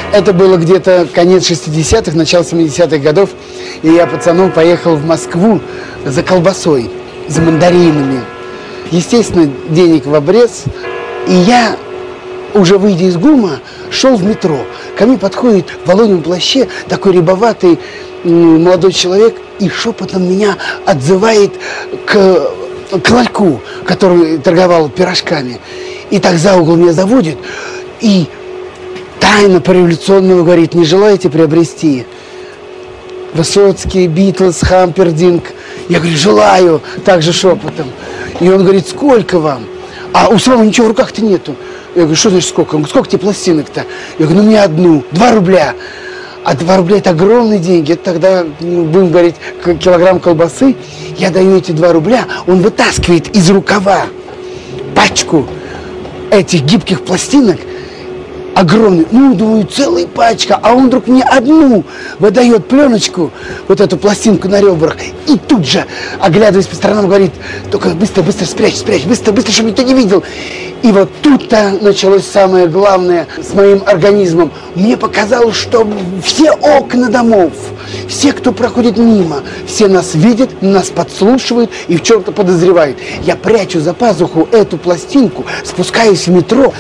Это было где-то конец 60-х, начало 70-х годов. И я, пацаном, поехал в Москву за колбасой, за мандаринами. Естественно, денег в обрез. И я, уже выйдя из ГУМа, шел в метро. Ко мне подходит в воловьем плаще такой рябоватый молодой человек и шепотом меня отзывает к ларьку, который торговал пирожками. И так за угол меня заводит и тайно по-революционному говорит: не желаете приобрести Высоцкий, Битлз, Хампердинг? Я говорю: желаю, также шепотом. И он говорит: сколько вам? А у самого ничего в руках-то нету. Я говорю: что значит сколько? Он говорит: сколько тебе пластинок-то? Я говорю: ну мне одну, 2 рубля. А 2 рубля это огромные деньги. Это тогда, будем говорить, килограмм колбасы. Я даю эти 2 рубля, он вытаскивает из рукава пачку этих гибких пластинок, огромный, ну, думаю, целая пачка, а он вдруг мне одну выдает пленочку, вот эту пластинку на ребрах, и тут же, оглядываясь по сторонам, говорит: только быстро, быстро спрячь, быстро, быстро, чтобы никто не видел. И вот тут-то началось самое главное с моим организмом. Мне показалось, что все окна домов, все, кто проходит мимо, все нас видят, нас подслушивают и в чем-то подозревают. Я прячу за пазуху эту пластинку, спускаюсь в метро.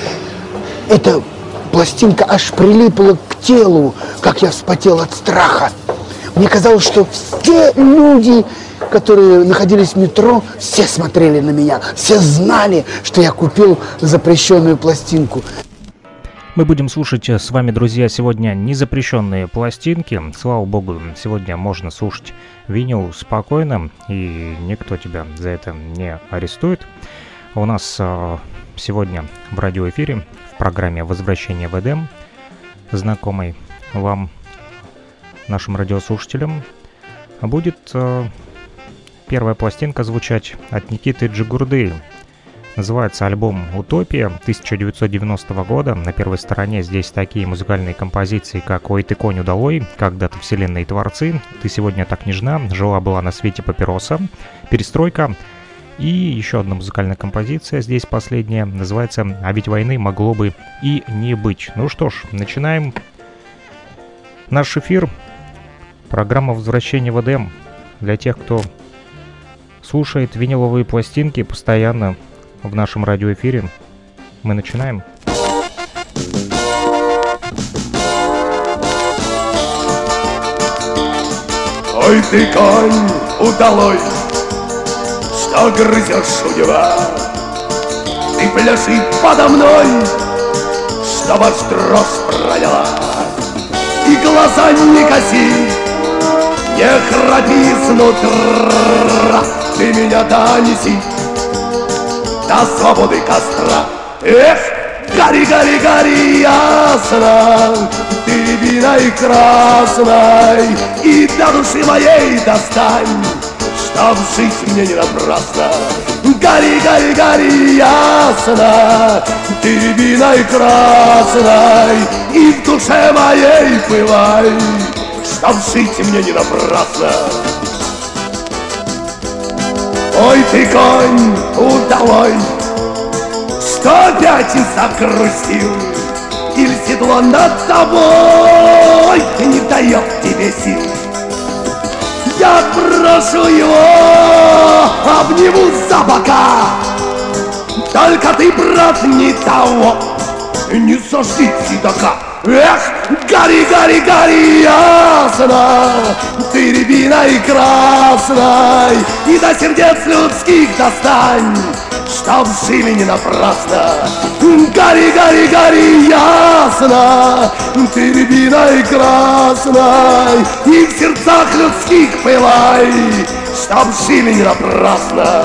Эта пластинка аж прилипла к телу, как я вспотел от страха. Мне казалось, что все люди, которые находились в метро, все смотрели на меня, все знали, что я купил запрещенную пластинку. Мы будем слушать с вами, друзья, сегодня незапрещенные пластинки. Слава богу, сегодня можно слушать винил спокойно, и никто тебя за это не арестует. У нас сегодня в радиоэфире в программе «Возвращение в Эдем», знакомой вам, нашим радиослушателям, будет первая пластинка звучать от Никиты Джигурды. Называется альбом «Утопия» 1990 года. На первой стороне здесь такие музыкальные композиции, как «Ой ты, конь удалой», «Когда-то вселенные творцы», «Ты сегодня так нежна», «Жила-была на свете папироса», «Перестройка». И еще одна музыкальная композиция, здесь последняя, называется «А ведь войны могло бы и не быть». Ну что ж, начинаем наш эфир. Программа «Возвращение в Эдем» для тех, кто слушает виниловые пластинки постоянно в нашем радиоэфире. Мы начинаем. Ой ты, конь удалой, что грызет судьба, ты пляши подо мной, что ваш дрожь проняла, и глаза не коси, не храпи снутра, ты меня донеси до свободы костра. Эх, гори, гори, гори ясно, ты рябиной красной, и до души моей достань, чтоб жить мне не напрасно. Гори, гори, гори ясно, ты рябиной красной, и в душе моей пылай, чтоб жить мне не напрасно. Ой ты, конь удалой, что опять закрутил, или седло над тобой не дает тебе сил. Я прошу его, обниму за бока, только ты, брат, не того, не сожги седока. Эх, гори, гори, гори ясно, ты рябиной красной, и до сердец людских достань, чтоб жили не напрасно. Гори, гори, гори ясно, ты рябиной красной, и в сердцах людских пылай, чтоб жили не напрасно.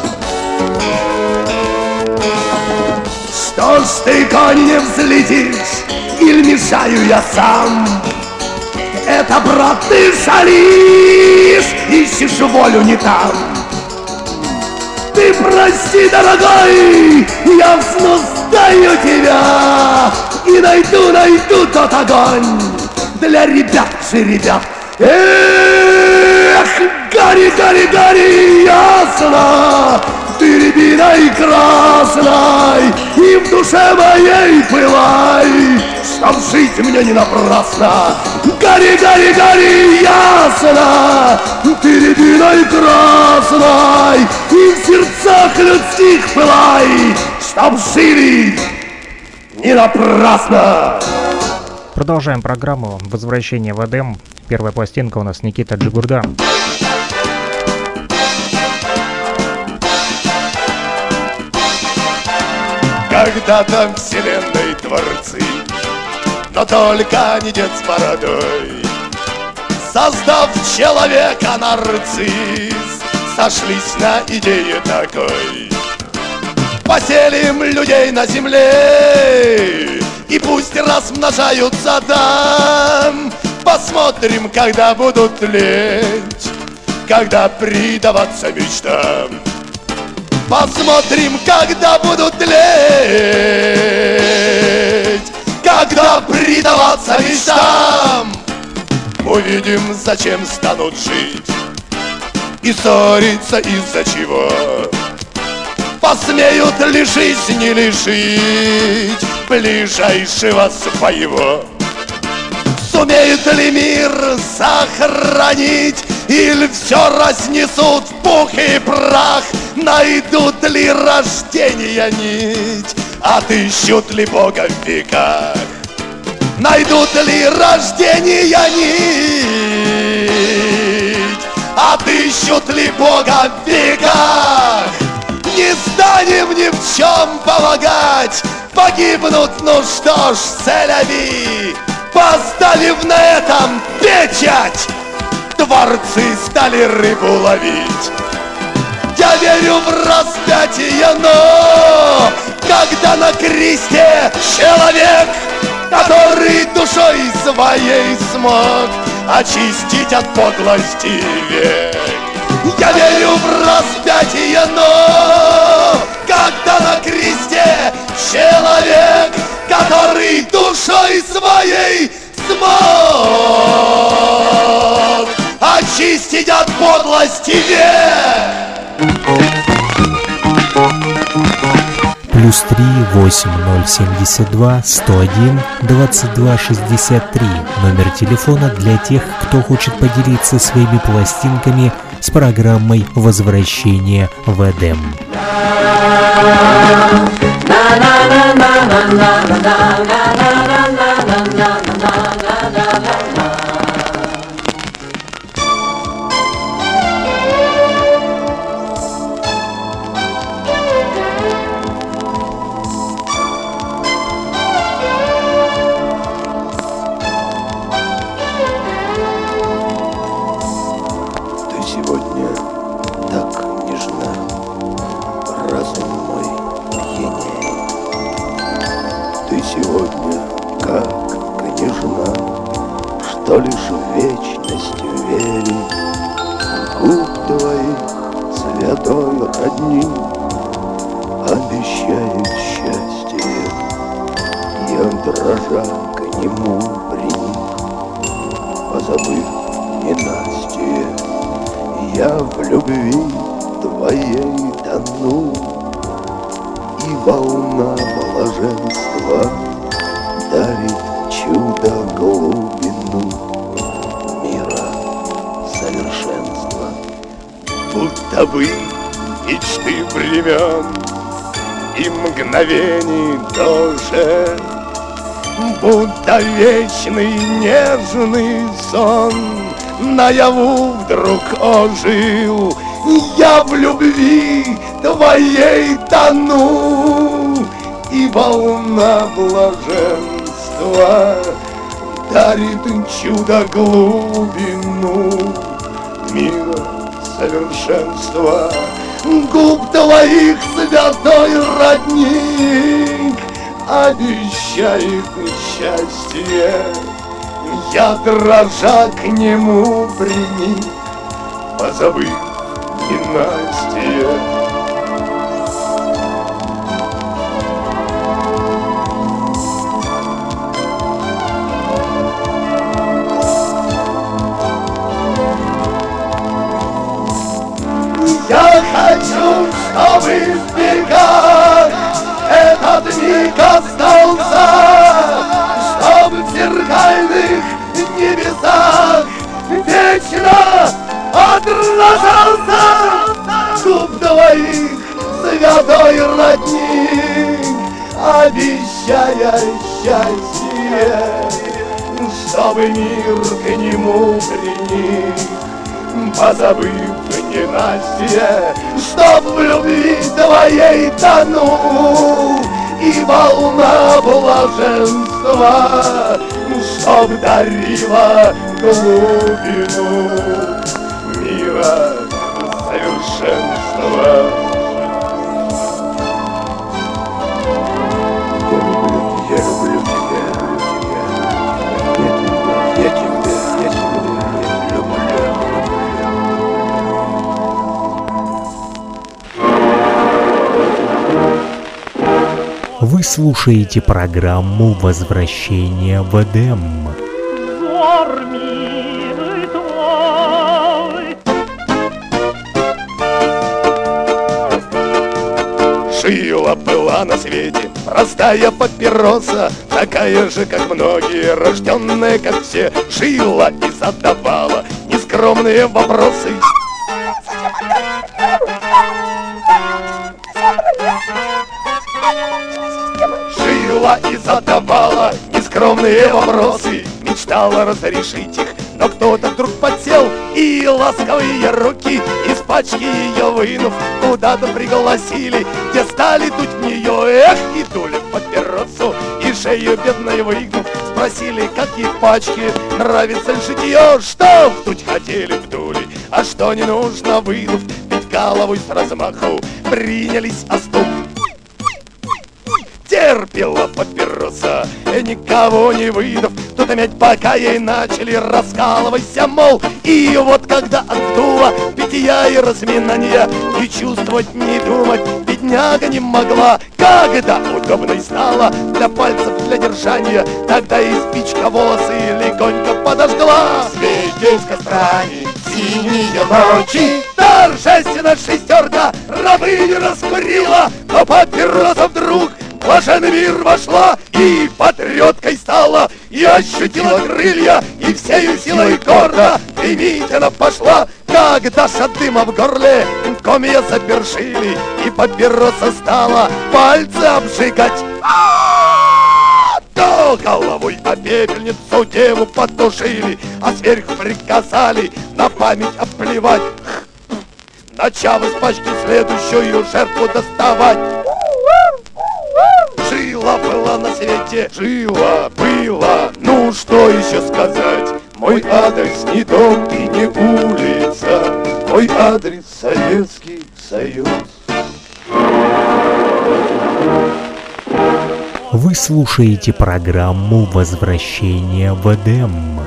Что ж ты, конь, не взлетишь, или мешаю я сам? Это, брат, ты шалишь, ищешь волю не там. Ты прости, дорогой, я взнуздаю тебя, и найду тот огонь для ребят же ребят. Эх, гори, гори, гори ясно, ты рябиной красной, и в душе моей пылай, чтоб жить мне не напрасно. Гори, гори, гори, ясно, ты рябиной красной, и в сердцах людских пылай, чтоб жили не напрасно. Продолжаем программу «Возвращение в Эдем». Первая пластинка у нас Никита Джигурда. Когда-то вселенной творцы, но только не дед с бородой, создав человека нарцисс, сошлись на идее такой: поселим людей на земле, и пусть размножаются там. Посмотрим, когда будут тлеть, когда предаваться мечтам. Посмотрим, когда будут тлеть, когда предаваться мечтам. Увидим, зачем станут жить и ссориться из-за чего. Посмеют ли жизни лишить ближайшего своего. Сумеет ли мир сохранить, или все разнесут в пух и прах? Найдут ли рождения нить, отыщут ли Бога в веках? Найдут ли рождения нить, отыщут ли Бога в веках? Не станем ни в чем помогать, погибнут, ну что ж, сэляви. Поставив на этом печать, творцы стали рыбу ловить. Я верю в распятие, но когда на кресте человек, который душой своей смог очистить от подлости век. Я верю в распятие, но когда на кресте человек, который душой своей смог очистить от подлости век. +3 8072 101 2263. Номер телефона для тех, кто хочет поделиться своими пластинками с программой «Возвращение в Эдем». Что лишь в вечность верить, губ твоих святой родни обещает счастье. Я дрожа к нему приник, позабыв ненастье. Я в любви твоей тону, и волна блаженства дарит чудо глубину мира совершенства. Будто бы мечты времен и мгновений тоже, будто вечный нежный сон наяву вдруг ожил. Я в любви твоей тону, и волна блаженства дарит чудо глубину мира совершенства. Губ твоих святой родник обещает счастье. Я дрожа к нему приник, позабыв ненастье. Я хочу, чтобы в веках этот миг остался, Дрожался губ твоих святой родник, обещая счастье, чтобы мир к нему приник, позабыв ненастье, чтоб в любви твоей тонул, и волна блаженства, чтоб дарила глубину мира совершенства. Я люблю тебя, я люблю. Вы слушаете программу «Возвращение в Эдем». Жила была на свете простая папироса, такая же, как многие, рожденная, как все. Жила и задавала нескромные вопросы. Жила и задавала нескромные вопросы, мечтала разрешить их, но кто-то вдруг подсел и ласковые руки из пачки ее вынув куда-то пригласили, где стали дуть в нее, эх, и дули в папиросу, и шею бедной выгнув, спросили, как ей в пачке нравится житье, что вдуть хотели вдули, а что не нужно вынув, ведь головой с размаху принялись оступ. Терпела папироса, никого не выдав, тут опять пока ей начали раскалывайся, мол. И вот когда отдула питья и разминания, и чувствовать, не думать бедняга не могла. Когда удобной стала для пальцев для держания, тогда и спичка волосы легонько подожгла. В свете из кострани синие ночи торжественно шестерка рабыню раскурила, но папироса вдруг блаженный мир вошла и патриоткой стала, и ощутила крылья, и всею силой гордо стремительно пошла. Когда от дыма в горле комья запершили, и папироса стала пальцы обжигать, то головой о пепельницу деву потушили, а сверху приказали на память оплевать, начав из пачки следующую жертву доставать. Жила была на свете, жила была, ну что еще сказать? Мой адрес не дом и не улица, мой адрес Советский Союз. Вы слушаете программу «Возвращение в Эдем».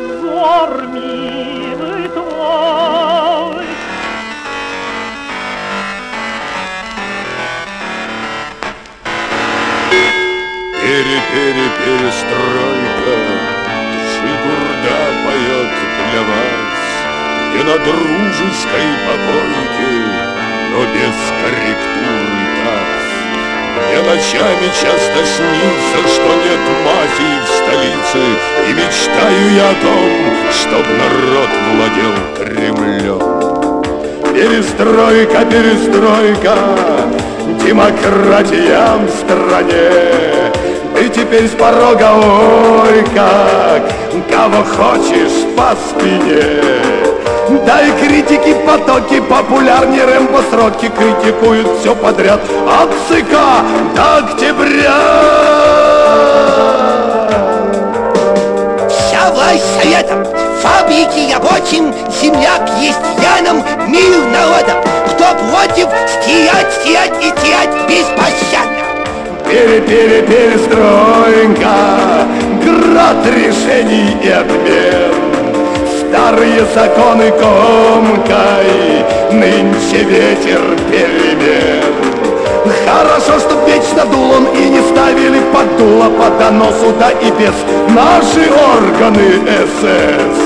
Перестройка, Жигурда поет для вас, не на дружеской попойке, но без корректуры таз. Мне ночами часто снится, что нет мафии в столице, и мечтаю я о том, чтоб народ владел Кремлем. Перестройка, перестройка, демократия в стране. Ты теперь с порога, ой, как, кого хочешь по спине. Дай критики потоки, популярнее Рэмбо сроки, критикуют все подряд от ЦК до октября. Вся власть советом, фабрики рабочим, земля крестьянам, мир народам. Кто против, стерять, стерять и терять беспощадно. Перестройка, град решений и отмен. Старые законы комкой, нынче ветер перемен. Хорошо, чтоб вечно дул он и не ставили под дуло по доносу, да и без наши органы СС.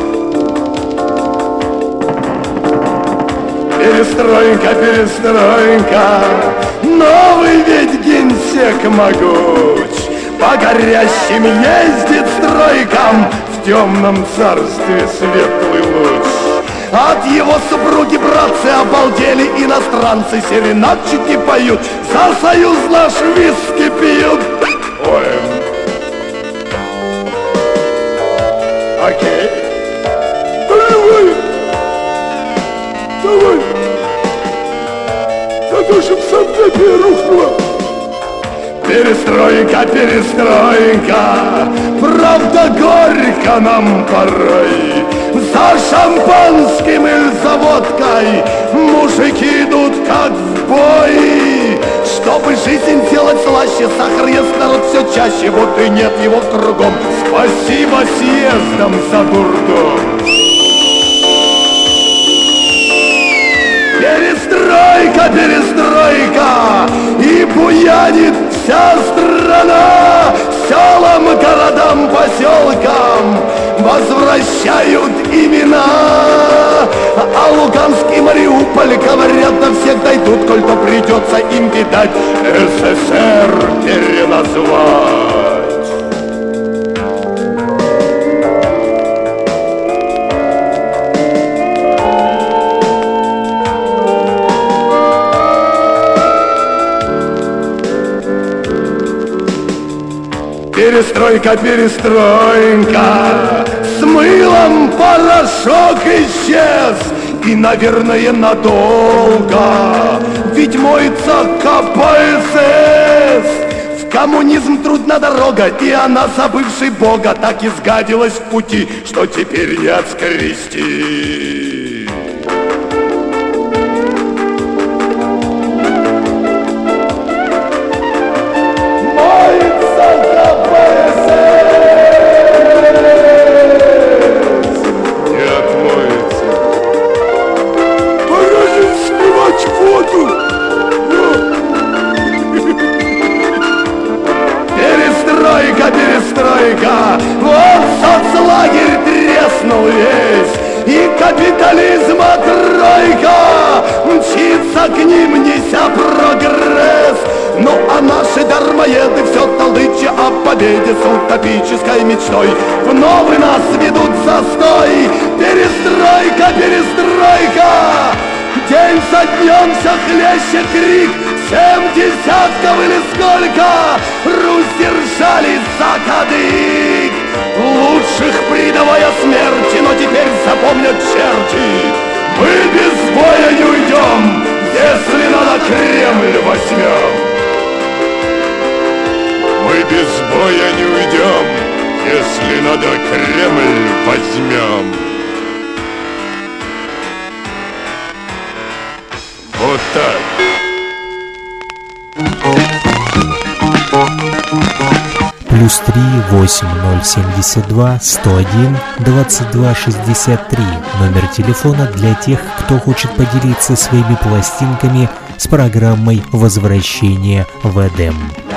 Перестройка, перестройка, новый ведь генсек могуч, по горящим ездит стройкам, в темном царстве светлый луч. От его супруги братцы обалдели, иностранцы серенадчики поют, за союз наш виски пьют. Ой. Окей. Давай. За то, чтоб Сантепия рухнула. Перестройка, перестройка, правда горько нам порой. За шампанским или за водкой мужики идут как в бой. Чтобы жизнь делать слаще, сахар ест народ все чаще, вот и нет его кругом. Спасибо съездам за дурдом. Перестройка, перестройка, и буянит вся страна. Селам, городам, поселкам возвращают имена. А Луганск и Мариуполь, говорят, до всех дойдут, коль то придется им, видать, СССР переназвать. Перестройка, перестройка, с мылом порошок исчез, и, наверное, надолго, ведь моется КПСС. В коммунизм трудна дорога, и она, забывший Бога, так и сгадилась в пути, что теперь не отскрести. Перестройка, вот соцлагерь треснул весь, и капитализма тройка мчится к ним, неся прогресс. Ну а наши дармоеды все толдыча о победе с утопической мечтой вновь нас ведут в застой. Перестройка, перестройка, день за днем все хлеще крик. 7 десятков или сколько Русь держали за кадык, лучших предавая смерти, но теперь запомнят черти. Мы без боя не уйдем, если надо Кремль возьмем. Мы без боя не уйдем, если надо Кремль возьмем. Вот так. +3 8072 101 2263. Номер телефона для тех, кто хочет поделиться своими пластинками с программой «Возвращение в Эдем».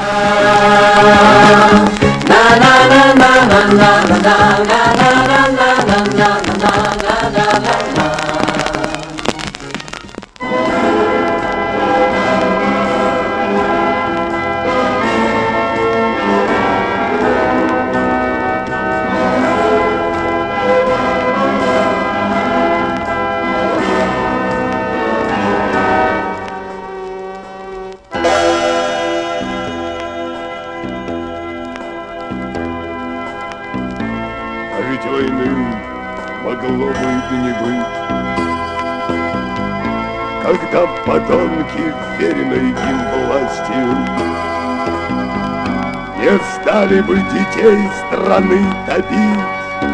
Когда подонки, веренной им властью, не стали бы детей страны топить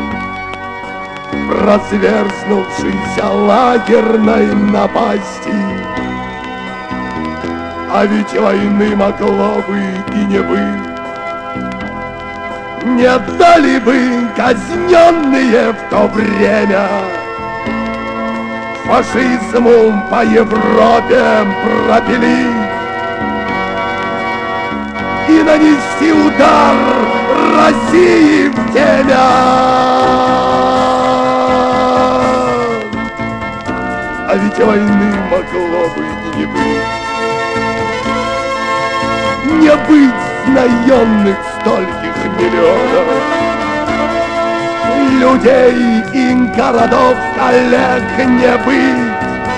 в разверзнувшейся лагерной напасти. А ведь войны могло бы и не быть. Не дали бы казненные в то время фашизму по Европе пропилить и нанести удар России в темя. А ведь войны могло бы и не быть. Не быть наемных стольких миллионов людей и городов коллег не быть.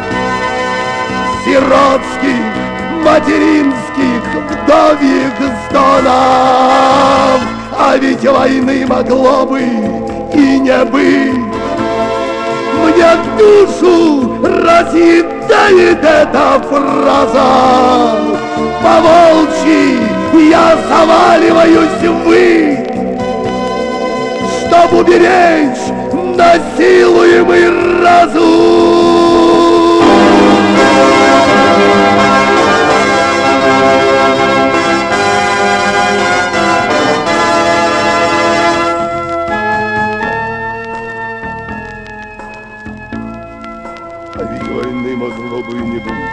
Сиротских, материнских, вдовьих стонов, а ведь войны могло бы и не быть. Мне душу разъедает эта фраза. По-волчьи я заваливаюсь ввысь, чтоб уберечь насилуемый разум. А ведь войны могло бы и не быть.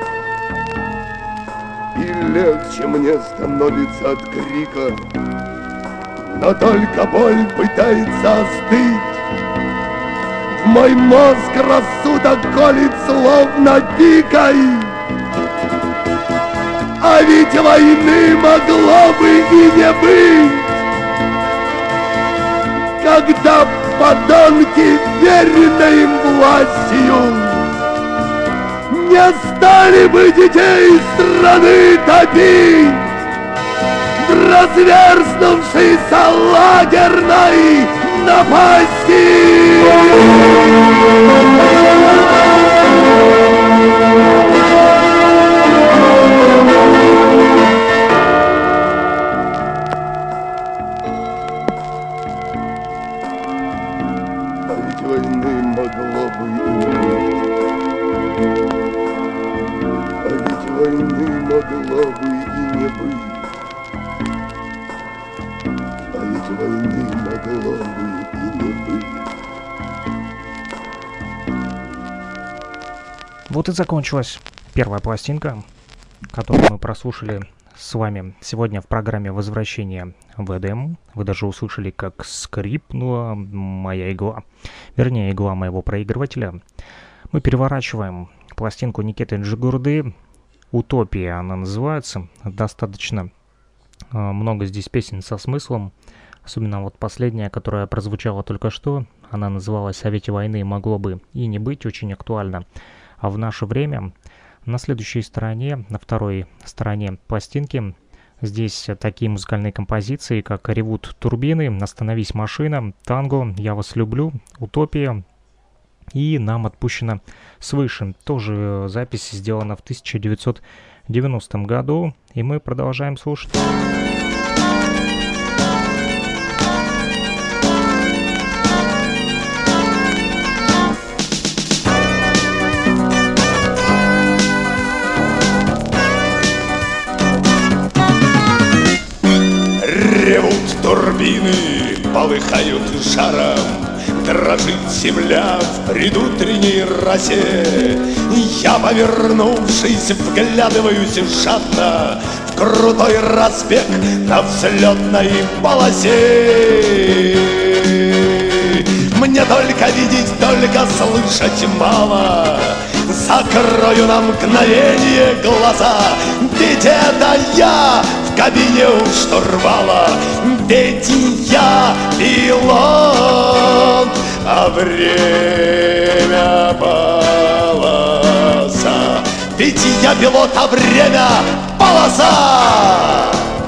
И легче мне становится от крика, но только боль пытается остыть. В мой мозг рассудок колет словно пикой. А ведь войны могло бы и не быть. Когда подонки, веренной им властью, не стали бы детей страны топить в разверзнувшейся лагерной напасти. А ведь войны могло бы и не быть. А ведь войны могло бы и не быть. А ведь войны могло бы и не быть. Вот и закончилась первая пластинка, которую мы прослушали с вами сегодня в программе «Возвращение в Эдем». Вы даже услышали, как скрипнула моя игла, вернее, игла моего проигрывателя. Мы переворачиваем пластинку Никиты Джигурды «Утопия» она называется. Достаточно много здесь песен со смыслом. Особенно вот последняя, которая прозвучала только что. Она называлась «А ведь войны могло бы и не быть», очень актуально. А в наше время на следующей стороне, на второй стороне пластинки, здесь такие музыкальные композиции, как «Ревут турбины», «Остановись, машина», «Танго», «Я вас люблю», «Утопия» и «Нам отпущено свыше». Тоже запись сделана в 1990 году, и мы продолжаем слушать. Ревут турбины, полыхают жаром, дрожит земля в предутренней росе. Я, повернувшись, вглядываюсь жадно в крутой разбег на взлетной полосе. Мне только видеть, только слышать мало. Закрою на мгновение глаза, ведь это я в кабине у штурвала, ведь я пилот, а время полоса. Ведь я пилот, а время полоса.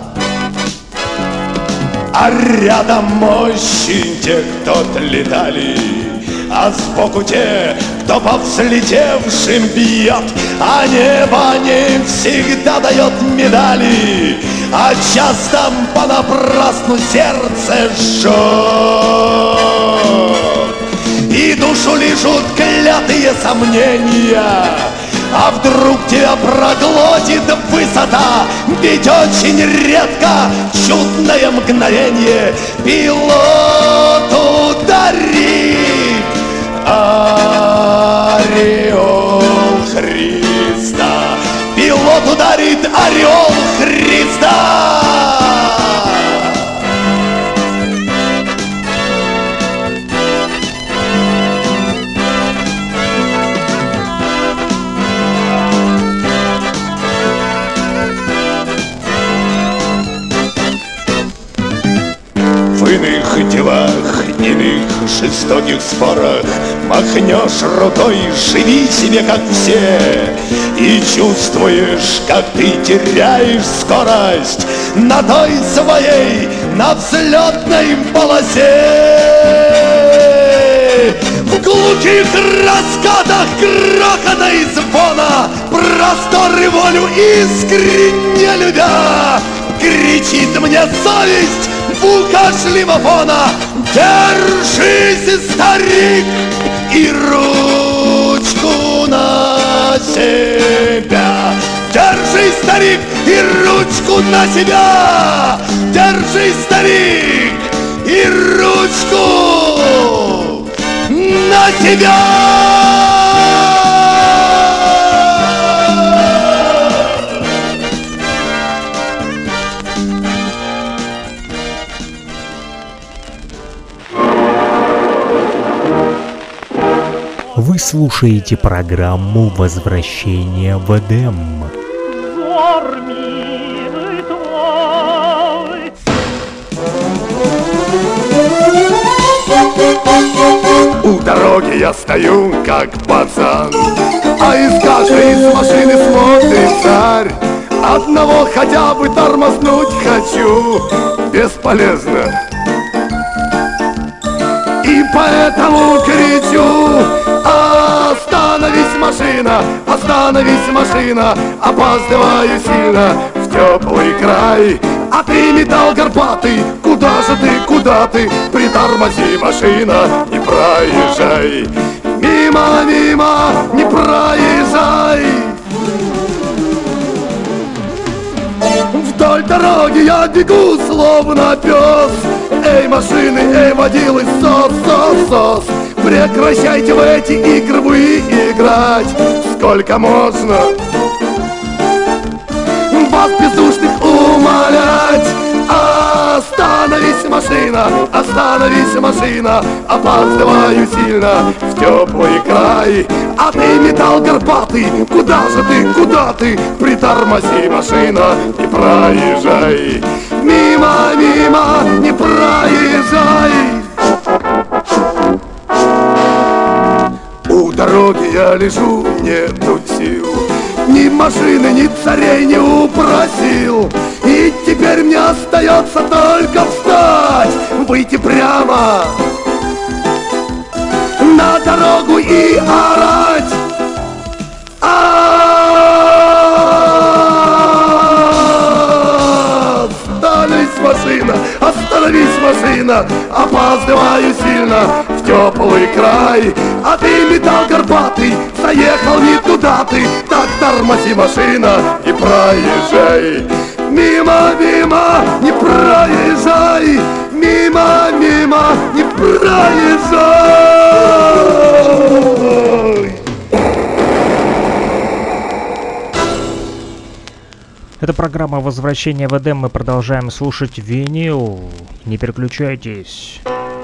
А рядом мощи те, кто летали, а сбоку те, кто по взлетевшим бьет, а небо не всегда дает медали, а часто понапрасну сердце жжет. И душу лишут клятые сомнения, а вдруг тебя проглотит высота? Ведь очень редко чудное мгновение пилот ударит ореол Христа. Пилот ударит ореол Христа. В в иных делах, иных жестоких спорах махнешь рукой, живи себе как все, и чувствуешь, как ты теряешь скорость на той своей, на взлетной полосе. В глухих раскатах грохота и звона, просторы волю искренне любя, кричит мне совесть в ухо шлемофона: держись, старик, и ручку на себя. Держись, старик, и ручку на себя. Держись, старик, и ручку на себя. Вы слушаете программу «Возвращение в Эдем». У дороги я стою, как пацан, а из каждой из машины смотрит царь. Одного хотя бы тормознуть хочу, бесполезно. И поэтому кричу: остановись, машина, остановись, машина. Опаздываю сильно в теплый край. А ты, металл горбатый, куда же ты, куда ты? Притормози, машина, не проезжай. Мимо, мимо, не проезжай. Вдоль дороги я бегу, словно пес. Эй, машины, эй, водилы, сос, сос, сос. Прекращайте в эти игры вы играть. Сколько можно вас, бездушных, умолять? Остановись, машина, остановись, машина. Опаздываю сильно в теплый край. А ты, металл горбатый, куда же ты, куда ты? Притормози, машина, не проезжай. Мимо, мимо, не проезжай. У дороги я лежу, нету сил. Ни машины, ни царей не упросил. И теперь мне остается только встать, выйти прямо на дорогу и орать: остановись, машина, остановись, машина. Опаздываю сильно в теплый край. А ты, металл горбатый, заехал не туда ты. Так тормози, машина, не проезжай. Мимо, мимо, не проезжай. Мимо, мимо, не проезжай. Это программа «Возвращение в Эдем». Мы продолжаем слушать винил. Не переключайтесь.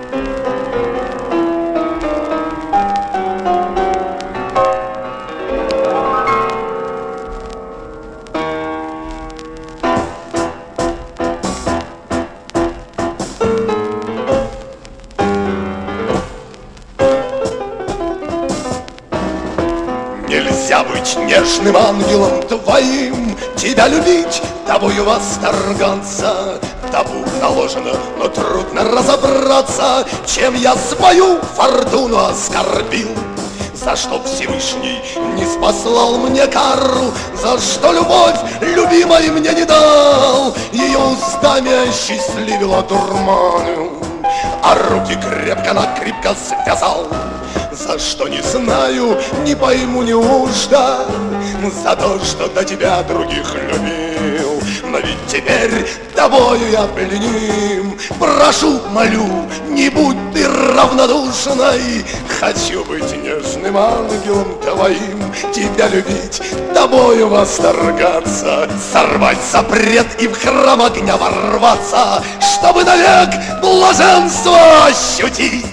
Нельзя быть нежным ангелом твоим, тебя любить, тобою восторгаться. Табу наложено, но трудно разобраться, чем я свою фортуну оскорбил. За что Всевышний не спаслал мне кару, за что любовь любимой мне не дал, ее устами осчастливил, одурманил, а руки крепко-накрепко связал. За что не знаю, не пойму, неужто за то, что до тебя других любил. Но ведь теперь тобою я пленим. Прошу, молю, не будь ты равнодушной. Хочу быть нежным ангелом твоим, тебя любить, тобою восторгаться, сорвать запрет и в храм огня ворваться, чтобы навек блаженство ощутить.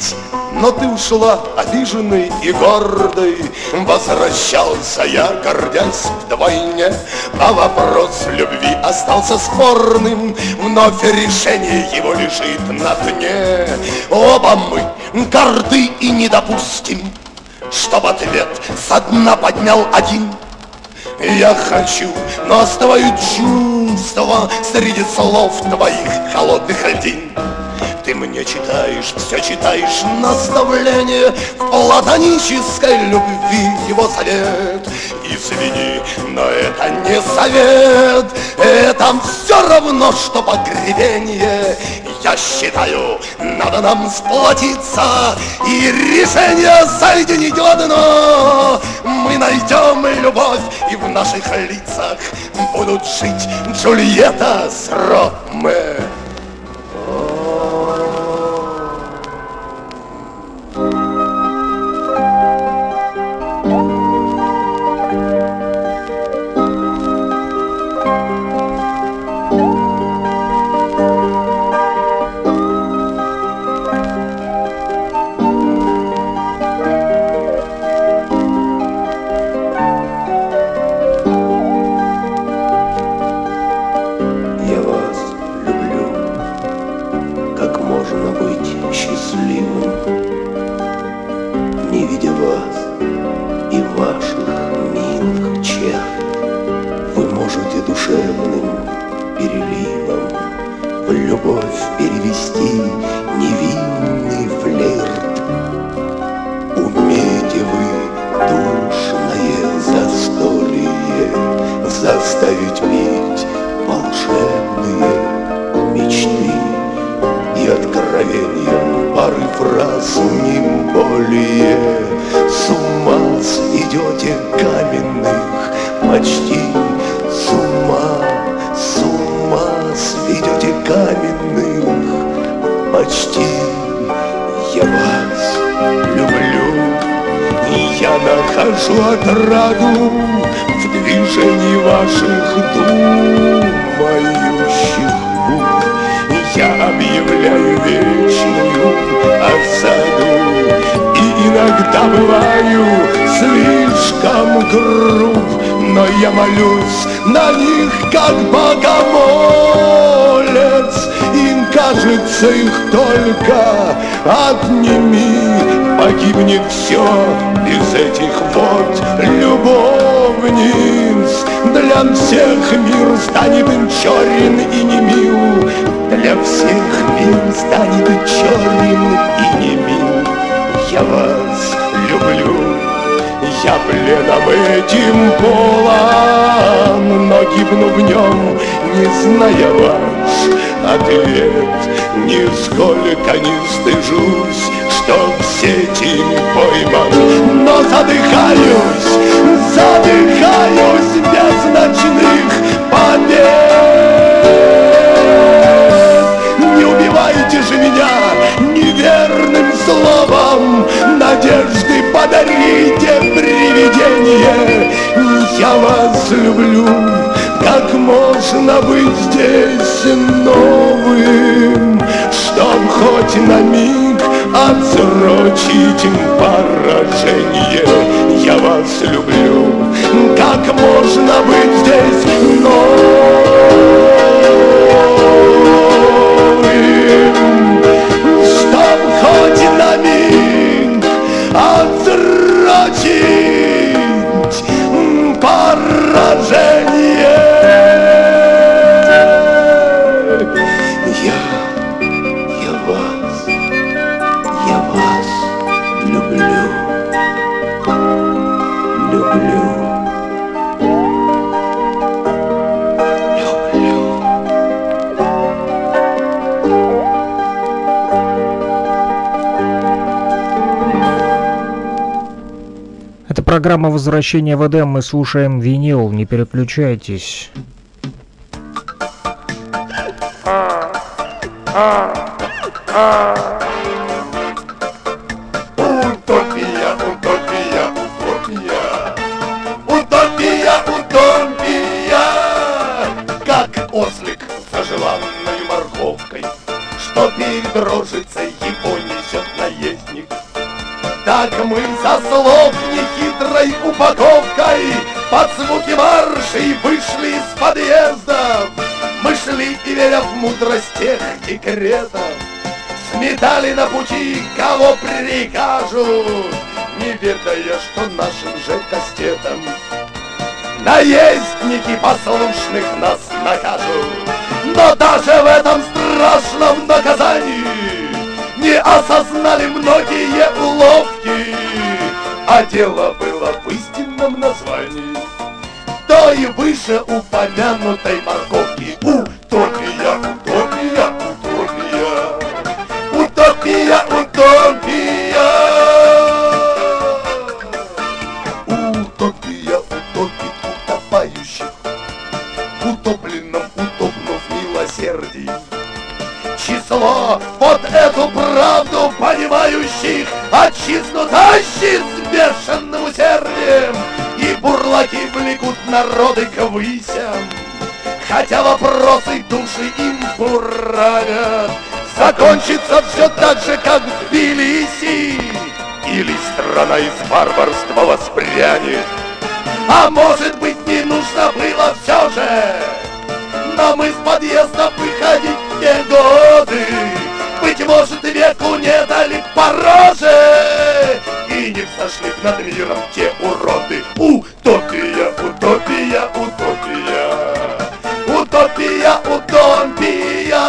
но ты ушла обиженной и гордой. Возвращался я, гордясь вдвойне, а вопрос любви остался спорным. Вновь решение его лежит на дне. Оба мы горды и не допустим, чтоб ответ со дна поднял один. Я хочу, но оставляю чувства среди слов твоих холодных льдин. Ты мне читаешь, все читаешь наставление в платонической любви его совет. Извини, но это не совет, это все равно, что погребение. Я считаю, надо нам сплотиться и решение соединить в одно. Мы найдем любовь, и в наших лицах будут жить Джульетта с Ромео. Заставить петь волшебные мечты и откровением пары фраз не более. С ума сведете каменных почти, с ума сведете каменных почти. Я вас люблю, и я нахожу отраду в движении ваших думающих губ. Я объявляю вечную осаду, и иногда бываю слишком груб, но я молюсь на них, как богомолец. Им кажется, их только отними, погибнет все без этих вот любовниц. Для всех мир станет им черен и не мил, для всех мир станет черен и не мил. Я вас люблю, я пленом этим полон, но гибну в нем, не зная ваш ответ. Нисколько не стыжусь, что в сети пойман, но задыхаюсь без ночных побед. Не убивайте же меня неверным словом, надежды подарите привидение. Я вас люблю, как можно быть здесь новым, чтоб хоть на миг отсрочить поражение. Я вас люблю, как можно быть здесь новым, чтоб хоть на миг отсрочить поражение. Я вас люблю. Это программа «Возвращение в Эдем». Мы слушаем винил. Не переключайтесь. Утопия, утопия, утопия. Утопия, утопия. Как ослик за желанной морковкой, что перед рожицей его несет наездник. Так мы со слов нехитрой упаковкой под звуки маршей вышли из подъездов. Мы шли и, веря в мудрость тех декретов, сметали на пути, кого прикажут, не ведая, что нашим же кастетам наездники послушных нас накажут. Но даже в этом страшном наказании не осознали многие уловки, а дело было в истинном названии той вышеупомянутой морковки. Утопия, утопия, утопия, утопия, утопия. Утопия утопит утопающих, утопленном утопнув милосердий. Число вот эту правду понимающих отчизну тащит с бешеным усердием, и бурлаки влекут народы к высям, хотя вопросы души им буравят. Закончится все так же, как в Тбилиси, или страна из варварства воспрянет. А может быть, не нужно было все же нам из подъезда выходить в те годы. Быть может, веку не дали пороже, и не взошли над миром те уроды. Утопия, утопия, утопия, утопия, утопия.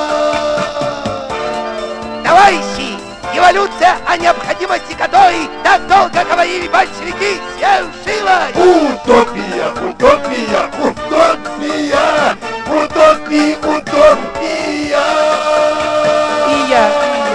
Товарищи, эволюция о необходимости которой так долго говорили большевики, свершилась. Утопия, утопия, утопия, утопия, утопия. И я.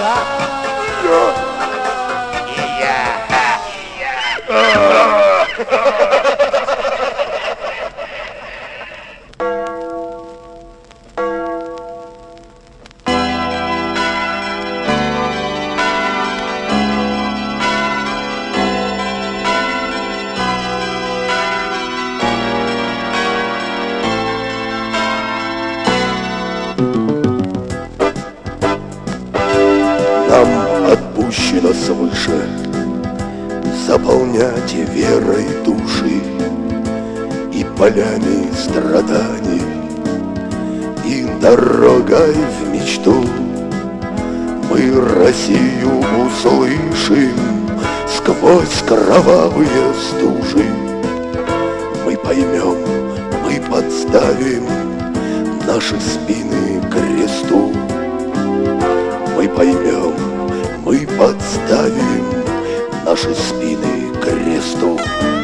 Нам отпущено свыше заполнять верой души и полями страданий, и дорогой в мечту. Мы Россию услышим сквозь кровавые стужи. Мы поймем, мы подставим наши спины к кресту. Мы поймем, мы подставим наши спины к кресту.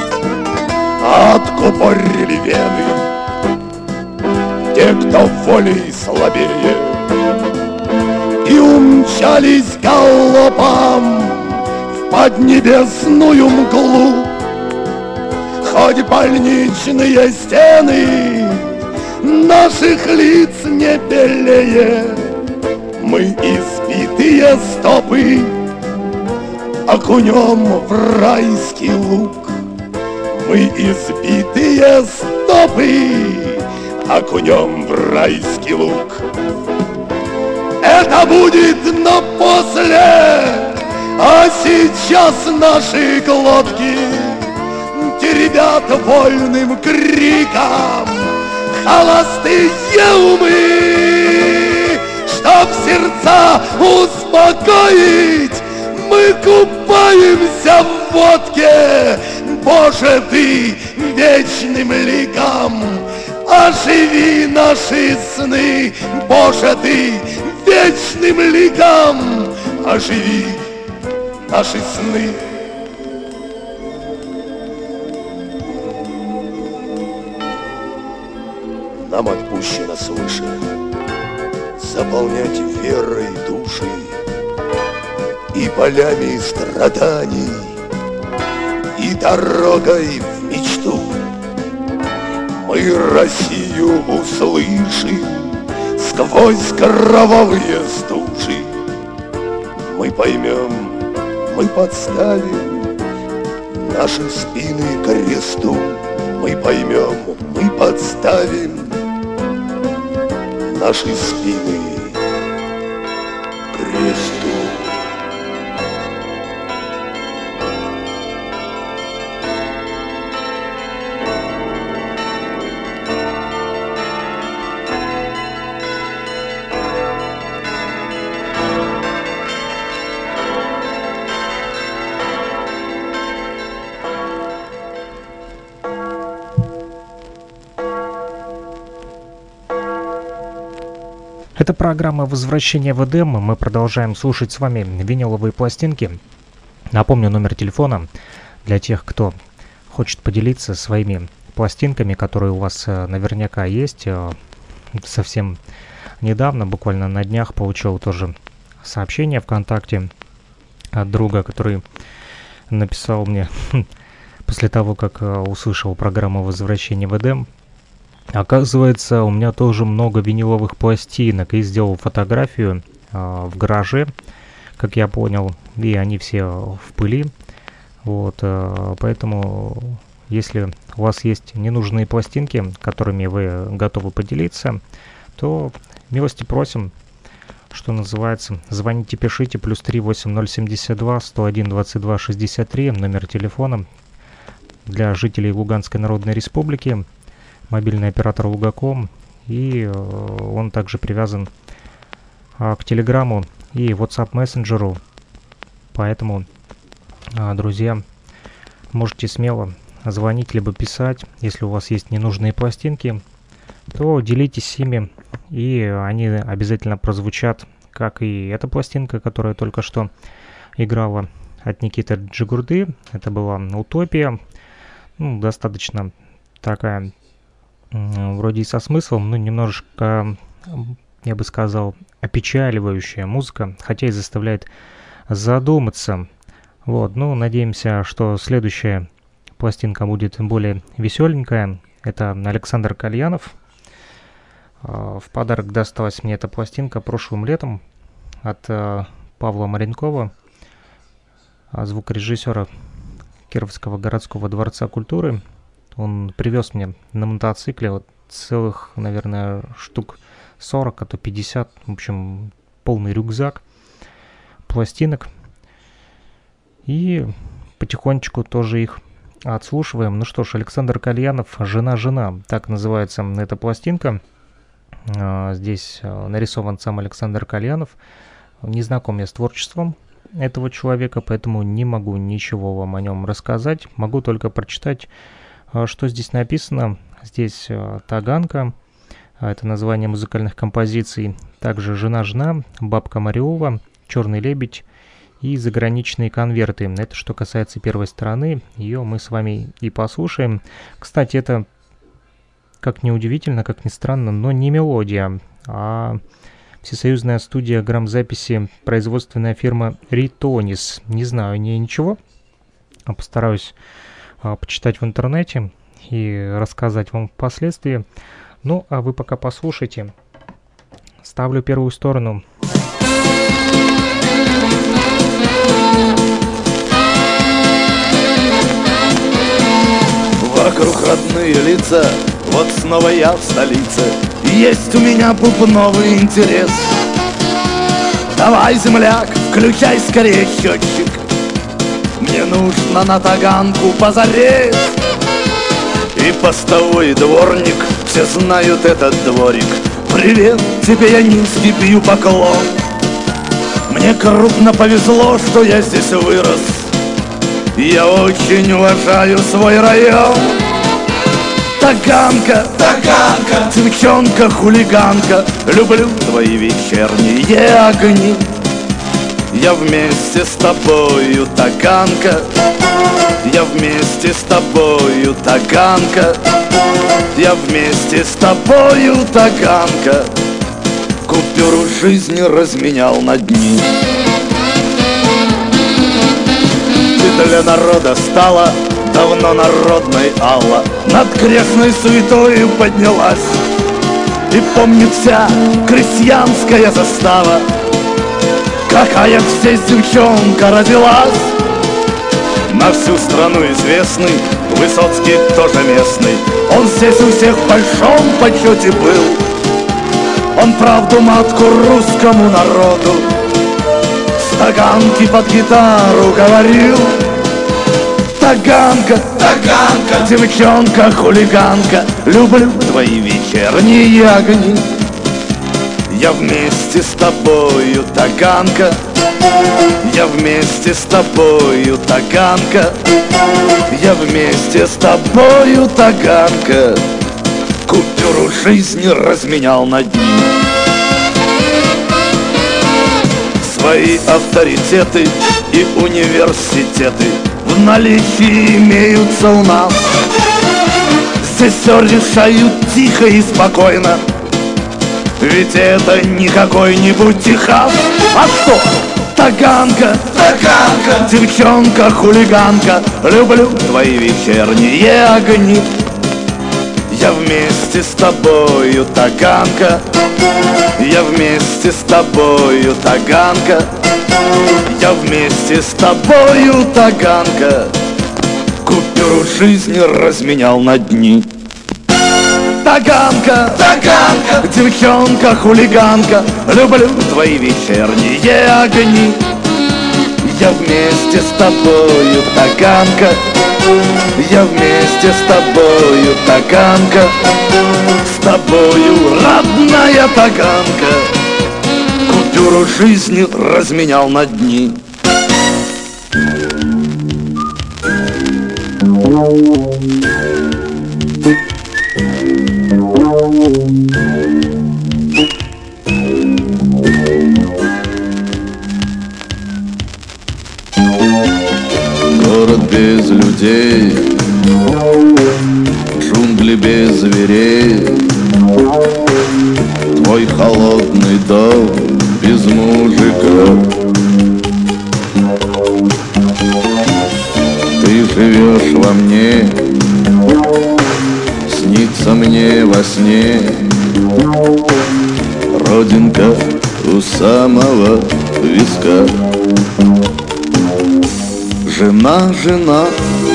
Откупорили вены те, кто волей слабее, и умчались галопом в поднебесную мглу. Хоть больничные стены наших лиц не белее, мы избитые стопы окунем в райский луг. Мы избитые стопы окунем в райский луг. Это будет на после, а сейчас наши глотки теребят вольным криком холостые умы. Чтоб сердца успокоить, мы купаемся в водке. Боже, ты вечным ликом оживи наши сны. Боже, ты вечным ликом оживи наши сны. Нам отпущено свыше заполнять верой души и полями страданий, и дорогой в мечту. Мы Россию услышим сквозь кровавые стужи. Мы поймем, мы подставим наши спины к кресту. Мы поймем, мы подставим наши спины к кресту. Это программа «Возвращение в Эдем». Мы продолжаем слушать с вами виниловые пластинки. Напомню номер телефона для тех, кто хочет поделиться своими пластинками, которые у вас наверняка есть. Совсем недавно, буквально на днях, получил тоже сообщение ВКонтакте от друга, который написал мне после того, как услышал программу «Возвращение в Эдем». Оказывается, у меня тоже много виниловых пластинок, и сделал фотографию в гараже, как я понял, и они все в пыли. Вот, поэтому, если у вас есть ненужные пластинки, которыми вы готовы поделиться, то милости просим, что называется. Звоните, пишите, +3 8072 101 22 63, номер телефона для жителей Луганской Народной Республики. Мобильный оператор Лугаком, и он также привязан к Телеграму и WhatsApp мессенджеру. Поэтому, друзья, можете смело звонить либо писать. Если у вас есть ненужные пластинки, то делитесь ими, и они обязательно прозвучат, как и эта пластинка, которая только что играла от Никиты Джигурды. Это была «Утопия». Ну, достаточно такая вроде и со смыслом, но немножко, я бы сказал, опечаливающая музыка, хотя и заставляет задуматься. Вот, ну, надеемся, что следующая пластинка будет более веселенькая. Это Александр Кальянов. В подарок досталась мне эта пластинка прошлым летом от Павла Маренкова, звукорежиссера Кировского городского дворца культуры. Он привез мне на мотоцикле вот целых, наверное, штук 40, а то 50, в общем, полный рюкзак пластинок. И потихонечку тоже их отслушиваем. Ну что ж, Александр Кальянов, «Жена-жена», так называется эта пластинка. Здесь нарисован сам Александр Кальянов. Не знаком я с творчеством этого человека, поэтому не могу ничего вам о нем рассказать. Могу только прочитать, что здесь написано. Здесь «Таганка», это название музыкальных композиций. Также «Жена-жена», «Бабка Мариова», «Черный лебедь» и «Заграничные конверты». Это что касается первой стороны. Ее мы с вами и послушаем. Кстати, это, как ни удивительно, как ни странно, но не мелодия, а всесоюзная студия грамзаписи, производственная фирма «Ритонис». Не знаю ничего, постараюсь почитать в интернете и рассказать вам впоследствии. Ну, а вы пока послушайте. Ставлю первую сторону. Вокруг родные лица, вот снова я в столице. Есть у меня бубновый интерес. Давай, земляк, включай скорее счетчик. Мне нужно на Таганку позарез. И постовой дворник, все знают этот дворик. Привет, тебе я низкий бью поклон. Мне крупно повезло, что я здесь вырос. Я очень уважаю свой район. Таганка, Таганка, девчонка, хулиганка, люблю твои вечерние огни. Я вместе с тобою, Таганка, я вместе с тобою, Таганка, я вместе с тобою, Таганка, купюру жизни разменял на дни. Ты для народа стала давно народной Алла, над грешной суетою поднялась. И помнит вся крестьянская застава, какая здесь девчонка родилась. На всю страну известный Высоцкий тоже местный. Он здесь у всех в большом почете был. Он правду матку русскому народу с Таганки под гитару говорил. Таганка, Таганка, девчонка, хулиганка, люблю твои вечерние огни. Я вместе с тобою, Таганка, я вместе с тобою, Таганка, я вместе с тобою, Таганка, купюру жизни разменял на дни. Твои авторитеты и университеты в наличии имеются у нас. Здесь все решают тихо и спокойно, ведь это не какой-нибудь Техас. А что? Таганка, Таганка, девчонка-хулиганка, люблю твои вечерние огни. Я вместе с тобою, Таганка, я вместе с тобою, Таганка, я вместе с тобою, Таганка, купюру жизни разменял на дни. Таганка, Таганка, девчонка-хулиганка, люблю твои вечерние огни. Я вместе с тобою, Таганка, я вместе с тобою, Таганка, с тобою, родная Таганка, купюру жизни разменял на дни. Город без людей, джунгли без зверей, твой холодный дом без мужика. Ты живешь во мне, снится мне во сне, родинка у самого виска. Жена, жена,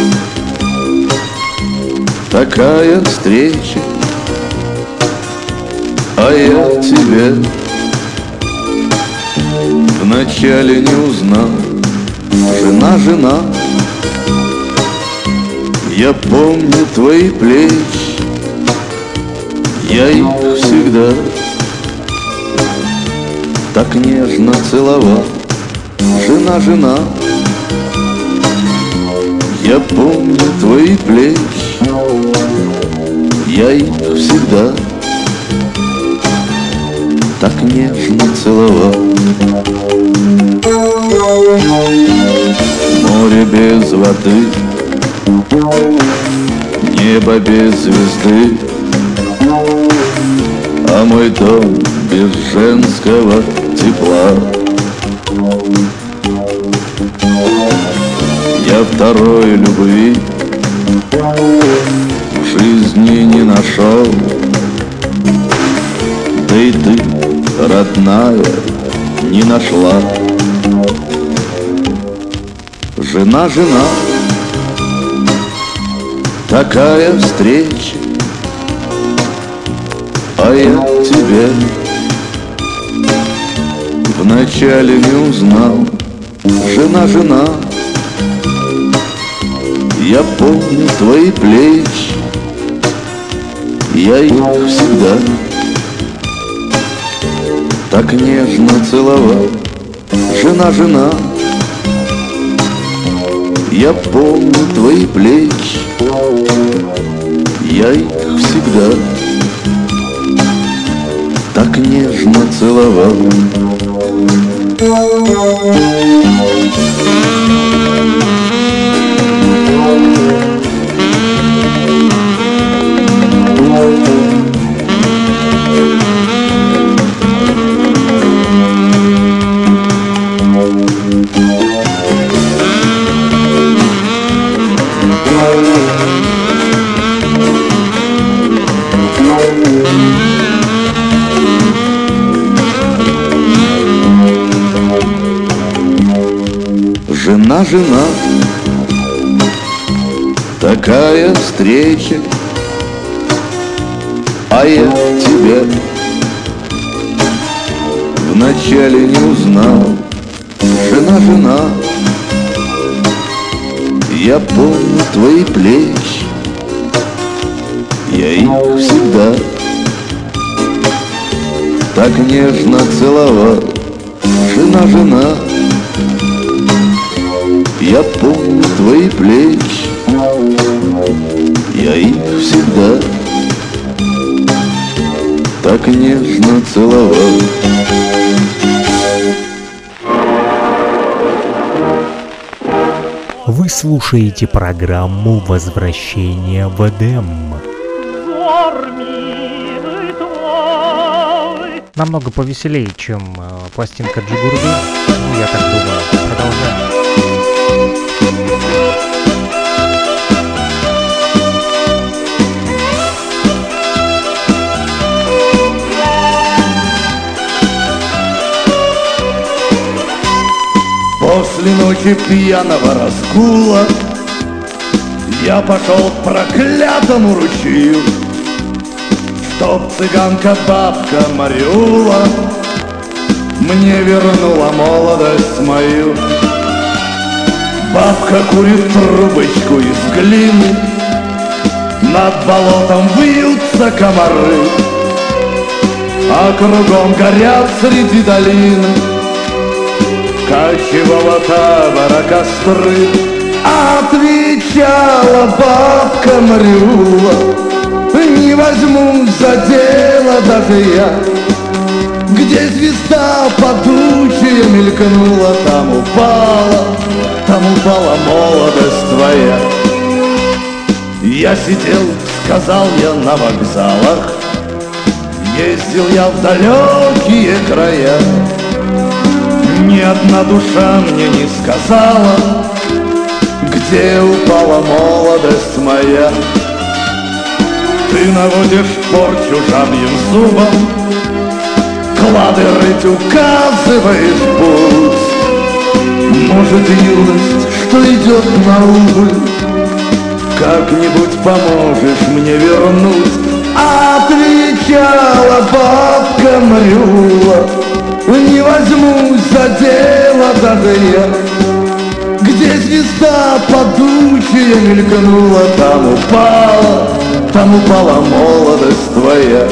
такая встреча, а я тебя вначале не узнал. Жена, жена, я помню твои плечи, я их всегда так нежно целовал. Жена, жена, я помню твои плечи, я их всегда так нежно целовал. Море без воды, небо без звезды, а мой дом без женского тепла. Я второй любви в жизни не нашел, да и ты, родная, не нашла. Жена, жена, такая встреча, а я тебя вначале не узнал. Жена, жена, я помню твои плечи, я их всегда так нежно целовал. Жена, жена, я помню твои плечи, я их всегда так нежно целовал. Жена, жена, такая встреча, а я тебя вначале не узнал. Жена, жена, я помню твои плечи, я их всегда так нежно целовал. Жена, жена, я помню твои плечи, я их всегда так нежно целовал. Вы слушаете программу «Возвращение в Эдем». Намного повеселее, чем пластинка Джигурды. Ну, я так думаю. Продолжаем. После ночи пьяного разгула я пошел к проклятому ручью, чтоб цыганка-бабка Марюла мне вернула молодость мою. Бабка курит трубочку из глины, над болотом вьются комары, а кругом горят среди долины кочевого табора костры. Отвечала бабка Марюла: не возьмусь за дело даже я. Где звезда падучая мелькнула, там упала молодость твоя. Я сидел, сказал я, на вокзалах, ездил я в далекие края. Ни одна душа мне не сказала, где упала молодость моя. Ты наводишь порчу жабьим зубом, клады рыть указываешь путь. Может, юность, что идет на убыль, как-нибудь поможешь мне вернуть. Отвечала бабка Марюла: не возьмусь за дело даже я. Где звезда падучая мелькнула, там упала молодость твоя.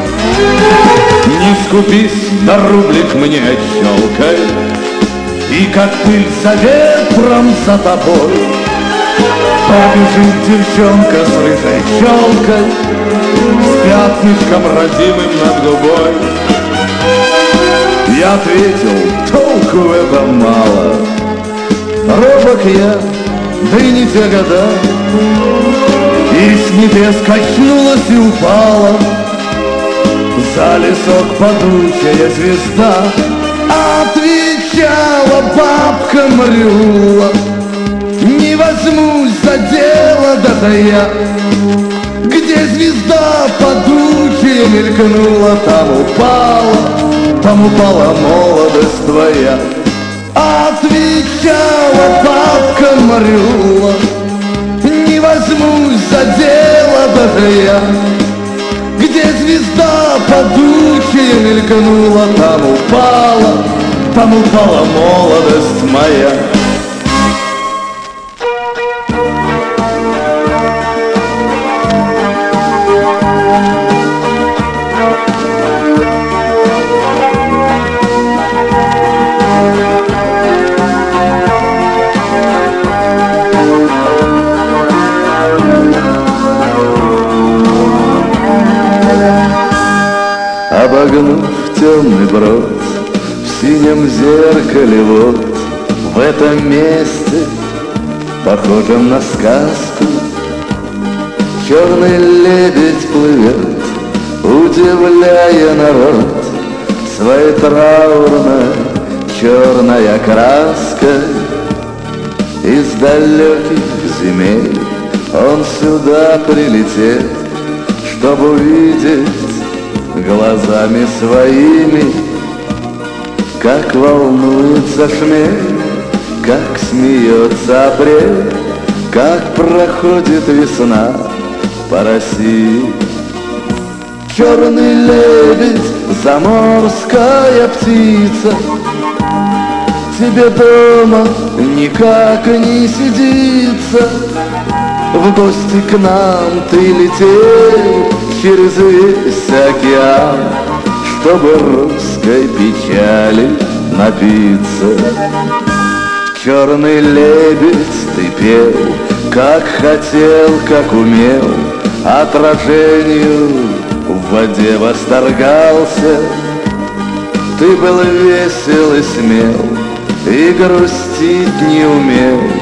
Не скупись, да рублик мне отщелкай, и как пыль за ветром за тобой побежит девчонка с рыжей челкой, с пятнышком родимым над губой. Я ответил: толку в этом мало, робок я, да и не те года. И с небес качнулась и упала за лесок падучая звезда. Отвечала бабка Марюла: не возьмусь за дело даже я. Где звезда падучая мелькнула, там упала молодость твоя. Отвечала бабка Марюла: не возьмусь за дело даже я. Где звезда падучая мелькнула, там упала молодость моя. Обогнув темный брод в синем зеркале, вот в этом месте, похожем на сказку, черный лебедь плывет, удивляя народ. Своей траурной черной краской из далеких земель он сюда прилетел, чтобы увидеть глазами своими, как волнуется шмель, как смеется апрель, как проходит весна по России. Черный лебедь, заморская птица, тебе дома никак не сидится. В гости к нам ты летел через весь океан, чтобы русской печали напиться. Черный лебедь, ты пел, как хотел, как умел, отражению в воде восторгался. Ты был весел и смел, и грустить не умел,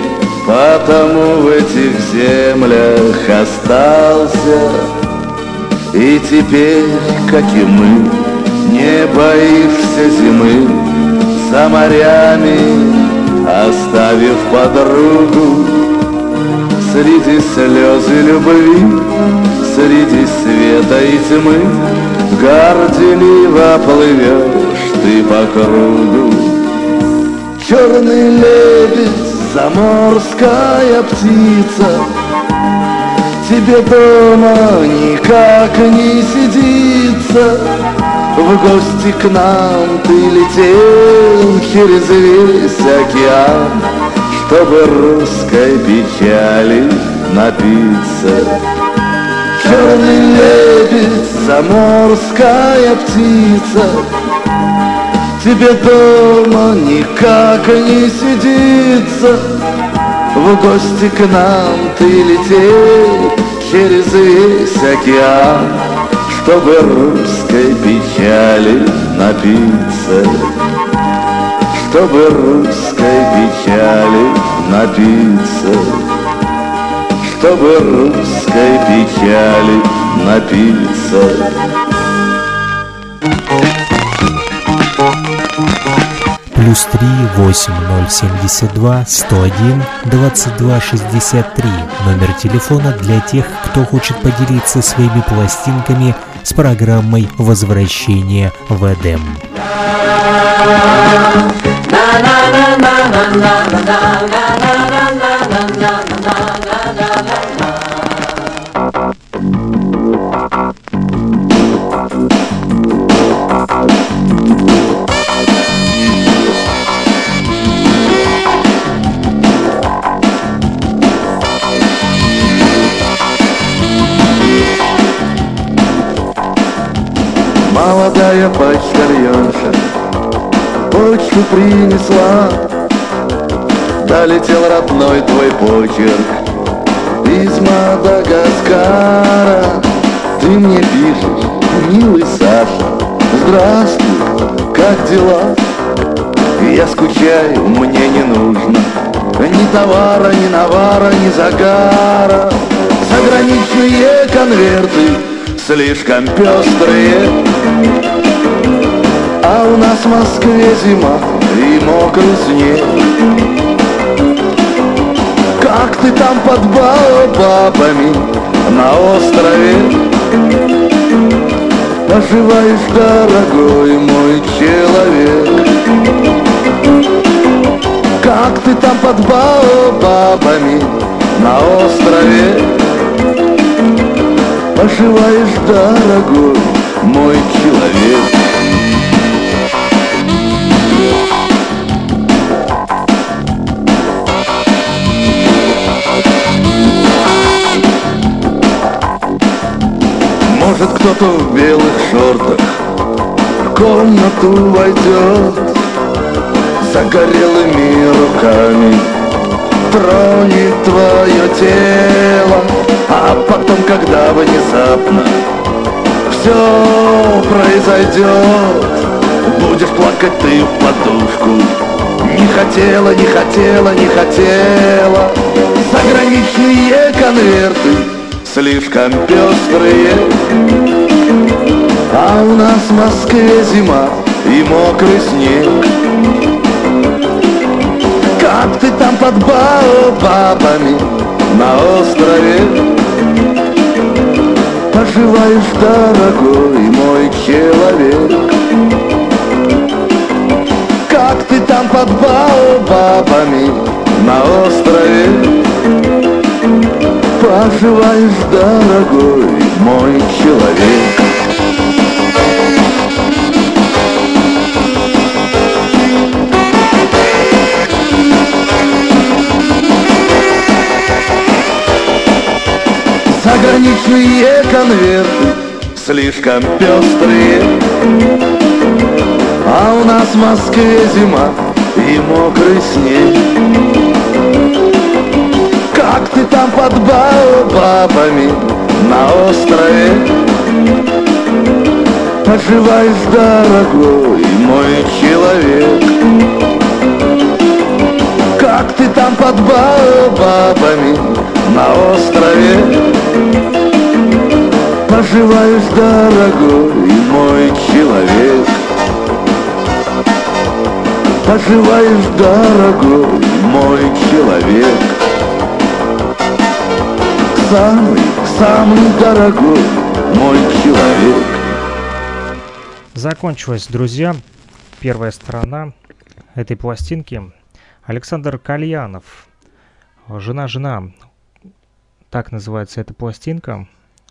потому в этих землях остался. И теперь, как и мы, не боишься зимы, за морями оставив подругу. Среди слез и любви, среди света и тьмы горделиво плывешь ты по кругу. Черный лебедь, заморская птица, тебе дома никак не сидится. В гости к нам ты летел через весь океан, чтобы русской печали напиться. Черный лебедь, заморская птица, тебе дома никак не сидится. В гости к нам ты летел через весь океан, чтобы русской печали напиться. Чтобы русской печали напиться. Чтобы русской печали напиться. +3 8072 101 2263. Номер телефона для тех, кто хочет поделиться своими пластинками с программой «Возвращение в Эдем». Молодая почтальонша почту принесла, долетел родной твой почерк из Мадагаскара. Ты мне пишешь, милый Саша, здравствуй, как дела? Я скучаю, мне не нужно ни товара, ни навара, ни загара. Заграничные конверты слишком пестрые, а у нас в Москве зима и мокрый снег. Как ты там под баобабами на острове поживаешь, дорогой мой человек? Как ты там под баобабами на острове поживаешь, дорогой мой человек? Может, кто-то в белых шортах в комнату войдет, загорелыми руками тронет твое тело, а потом, когда внезапно все произойдет, будешь плакать ты в подушку. Не хотела, не хотела, не хотела. Заграничные конверты слишком пестрые, а у нас в Москве зима и мокрый снег. Как ты там под баобабами на острове поживаешь, дорогой мой человек? Как ты там под баобабами на острове поживаешь, дорогой мой человек? Заграничные конверты слишком пестрые, а у нас в Москве зима и мокрый снег. Как ты там под баобабами на острове поживаешь, дорогой мой человек? Как ты там под баобабами острове. Поживаешь, дорогой мой человек, поживаешь, дорогой мой человек, самый дорогой мой человек. Закончилась, друзья, первая сторона этой пластинки. Александр Кальянов, «Жена». Так называется эта пластинка.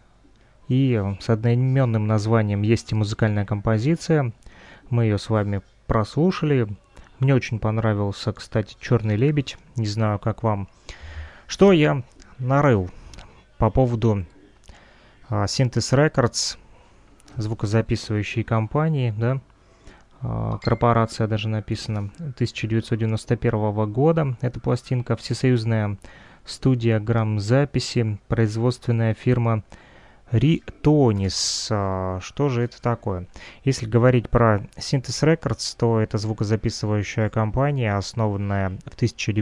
И с одноименным названием есть и музыкальная композиция. Мы ее с вами прослушали. Мне очень понравился, кстати, «Черный лебедь». Не знаю, как вам. Что я нарыл по поводу Synthes Records, звукозаписывающей компании, да? Корпорация даже написана, 1991 года. Эта пластинка, всесоюзная студия грамзаписи, производственная фирма Ritonis. Что же это такое? Если говорить про Synthes Records, то это звукозаписывающая компания, основанная в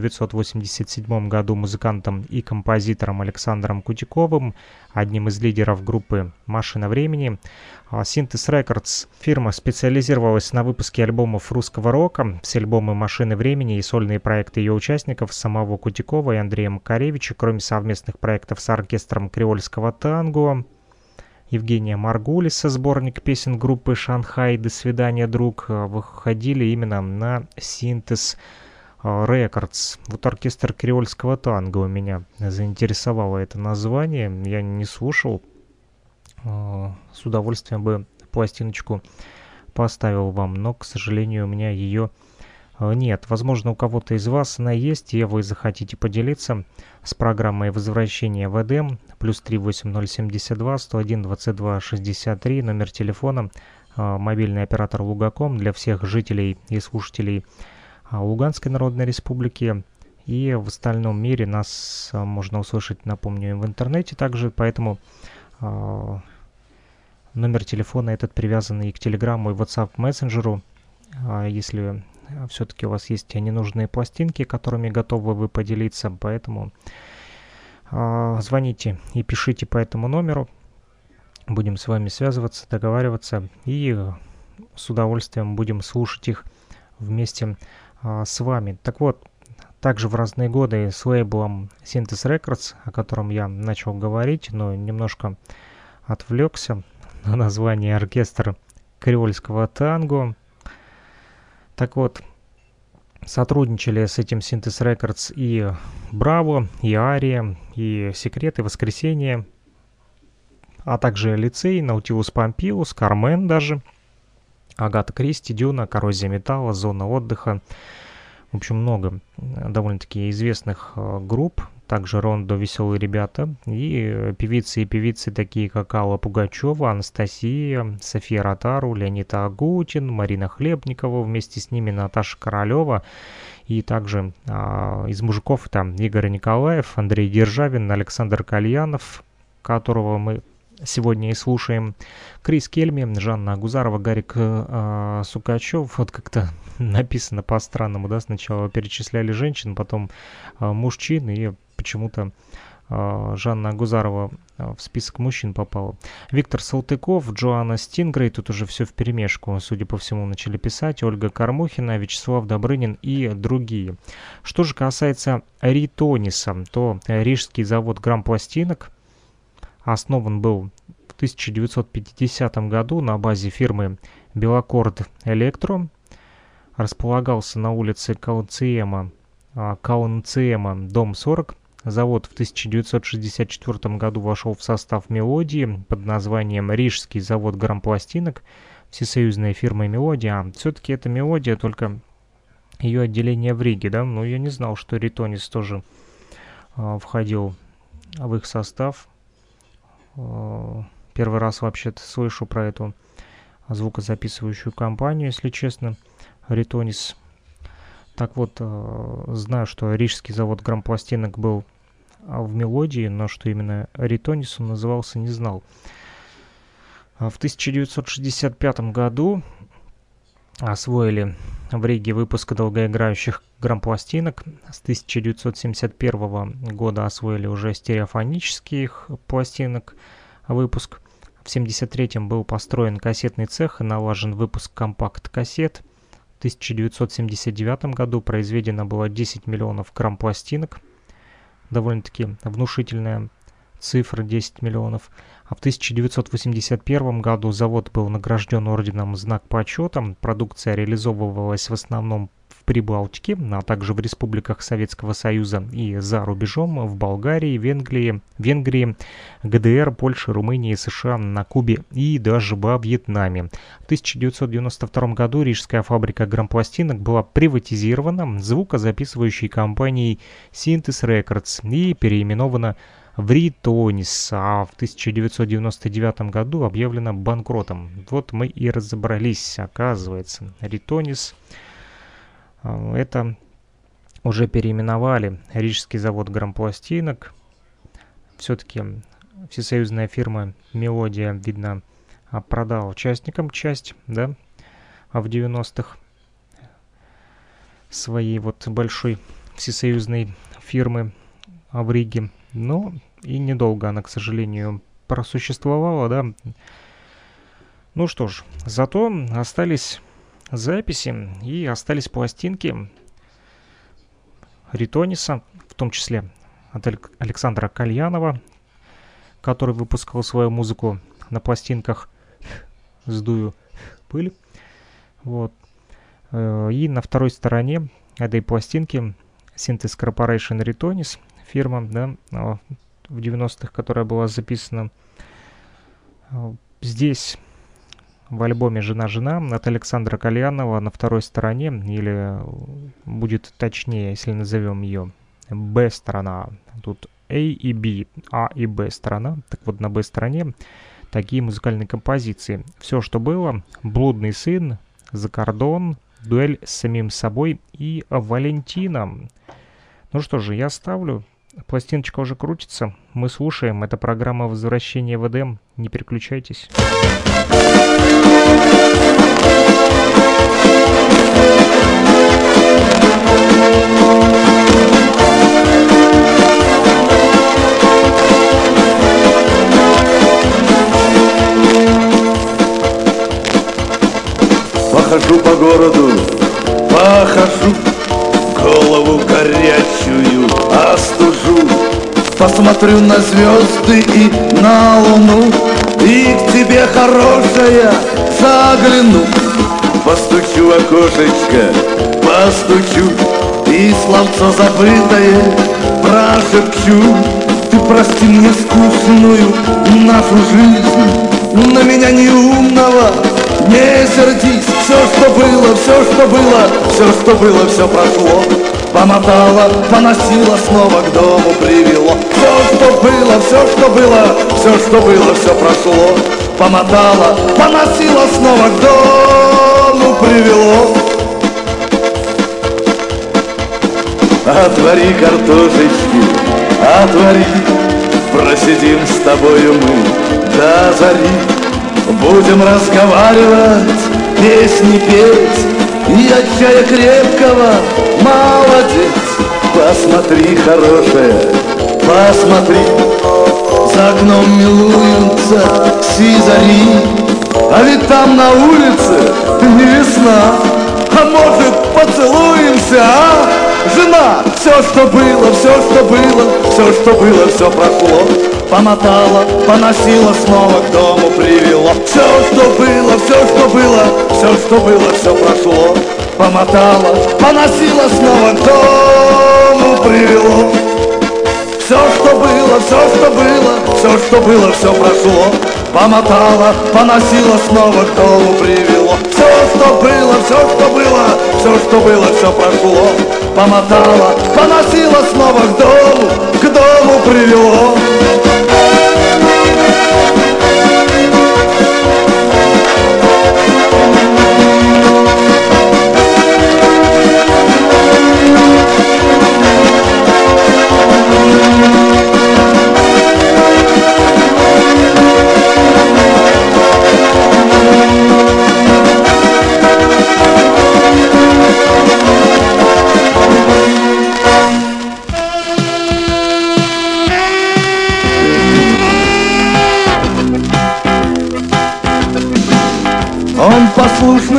1987 году музыкантом и композитором Александром Кутиковым, одним из лидеров группы «Машина времени». Synthes Records фирма специализировалась на выпуске альбомов русского рока. Все альбомы «Машины времени» и сольные проекты ее участников, самого Кутикова и Андрея Макаревича, кроме совместных проектов с оркестром креольского танго, Евгения Маргулиса, сборник песен группы «Шанхай», «До свидания, друг», выходили именно на Synthes Records. Вот оркестр креольского танго у меня заинтересовало это название. Я не слушал. С удовольствием бы пластиночку поставил вам, но, к сожалению, у меня ее нет. Возможно, у кого-то из вас она есть, и вы захотите поделиться с программой возвращения в Эдем. +3 8072 101 22 63, номер телефона, мобильный оператор Лугаком для всех жителей и слушателей Луганской Народной Республики. И в остальном мире нас можно услышать, напомню, в интернете также, поэтому номер телефона этот привязан и к Телеграмму, и WhatsApp мессенджеру. Если все-таки у вас есть ненужные пластинки, которыми готовы вы поделиться, поэтому звоните и пишите по этому номеру. Будем с вами связываться, договариваться и с удовольствием будем слушать их вместе с вами. Так вот, также в разные годы с лейблом Synthes Records, о котором я начал говорить, но немножко отвлекся на название «Оркестр креольского танго». Так вот, сотрудничали с этим Synthes Records и Браво, и Ария, и Секрет, и Воскресенье, а также Лицей, Наутилус Помпилиус, Кармен даже, Агата Кристи, Дюна, Коррозия металла, Зона отдыха. В общем, много довольно-таки известных групп. Также Рондо, Веселые ребята. И певицы такие, как Алла Пугачева, Анастасия, София Ротару, Леонид Агутин, Марина Хлебникова. Вместе с ними Наташа Королева. И также из мужиков там Игорь Николаев, Андрей Державин, Александр Кальянов, которого мы сегодня и слушаем, Крис Кельми, Жанна Агузарова, Гарик Сукачев. Вот как-то написано по-странному, да, сначала перечисляли женщин, потом мужчин, и почему-то Жанна Агузарова в список мужчин попала. Виктор Салтыков, Джоанна Стингрей, тут уже все вперемешку, судя по всему, начали писать, Ольга Кормухина, Вячеслав Добрынин и другие. Что же касается Ритониса, то рижский завод грампластинок основан был в 1950 году на базе фирмы Белакорд Электро. Располагался на улице Каунциема, дом 40. Завод в 1964 году вошел в состав «Мелодии» под названием «Рижский завод грампластинок», всесоюзная фирма «Мелодия». Все-таки это «Мелодия», только ее отделение в Риге, да? Но я не знал, что Ритонис тоже входил в их состав. Первый раз вообще-то слышу про эту звукозаписывающую компанию, если честно, Ритонис. Так вот, знаю, что Рижский завод грампластинок был в «Мелодии», но что именно Ритонис он назывался, не знал. В 1965 году освоили в Риге выпуск долгоиграющих грампластинок. С 1971 года освоили уже стереофонических пластинок выпуск. В 1973 был построен кассетный цех и налажен выпуск компакт-кассет. В 1979 году произведено было 10 миллионов грампластинок. Довольно-таки внушительная цифра, 10 миллионов. А в 1981 году завод был награжден орденом «Знак почета». Продукция реализовывалась в основном в Прибалтике, а также в республиках Советского Союза и за рубежом в Болгарии, Венгрии, ГДР, Польше, Румынии, США, на Кубе и даже во Вьетнаме. В 1992 году рижская фабрика грампластинок была приватизирована звукозаписывающей компанией Synthes Records и переименована в Ритонис, а в 1999 году объявлено банкротом. Вот мы и разобрались, оказывается. Ритонис это уже переименовали. Рижский завод грампластинок. Все-таки всесоюзная фирма «Мелодия», видно, продала участникам часть, да, в 90-х своей вот большой всесоюзной фирмы в Риге. Но и недолго она, к сожалению, просуществовала, да. Ну что ж, зато остались записи и остались пластинки Ритониса, в том числе от Александра Кальянова, который выпускал свою музыку на пластинках «Сдую пыль». Вот. И на второй стороне этой пластинки Synthes Corporation Ritonis, фирма, да, в 90-х, которая была записана. Здесь в альбоме «Жена-жена» от Александра Кальянова на второй стороне, или будет точнее, если назовем ее Б-сторона. Тут А и Б, А и Б сторона. Так вот, на Б-стороне такие музыкальные композиции. «Все, что было», «Блудный сын», «Закордон», «Дуэль с самим собой» и «Валентина». Ну что же, я ставлю. Пластиночка уже крутится. Мы слушаем. Это программа «Возвращение в Эдем». Не переключайтесь. Похожу по городу, похожу, голову горячую остужу. Посмотрю на звезды и на луну, и к тебе, хорошая, загляну. Постучу в окошечко, постучу, и словцо забытое прошепчу. Ты прости мне скучную нашу жизнь, на меня неумного не сердись. Все, что было, все, что было, все, что было, все прошло. Помотала, поносила, снова к дому привело. Все, что было, все, что было, все, что было, все прошло. Помотала, поносила, снова к дому привело. Отвори картошечки, отвори, просидим с тобою мы до зари. Будем разговаривать, песни петь, и от чая крепкого молодец. Посмотри, хорошая, посмотри, за окном милуются сизари. А ведь там на улице не весна, а может поцелуемся, а? Жена, все, что было, все, что было, все, что было, все прошло. Помотала, поносила, снова к дому привело. Все, что было, все, что было, все, что было, все прошло. Помотала, поносила, снова к дому привело. Все, что было, все, что было, все, что было, все прошло. Помотала, поносила, снова к дому привело. Все, что было, все, что было, все, что было, все прошло. Помотала, поносила, снова к дому привело.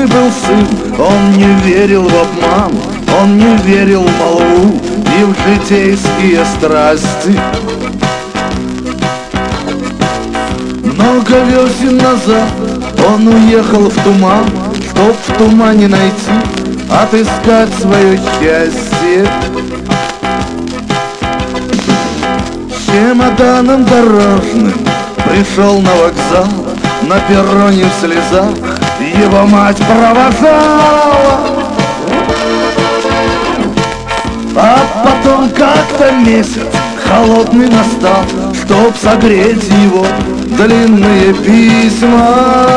был сын, он не верил в обман, он не верил в молву и в житейские страсти. Много весен назад он уехал в туман, чтоб в тумане найти, отыскать свое счастье. С чемоданом дорожным пришел на вокзал, на перроне в слезах его мать провожала. А потом как-то месяц холодный настал, чтоб согреть его, длинные письма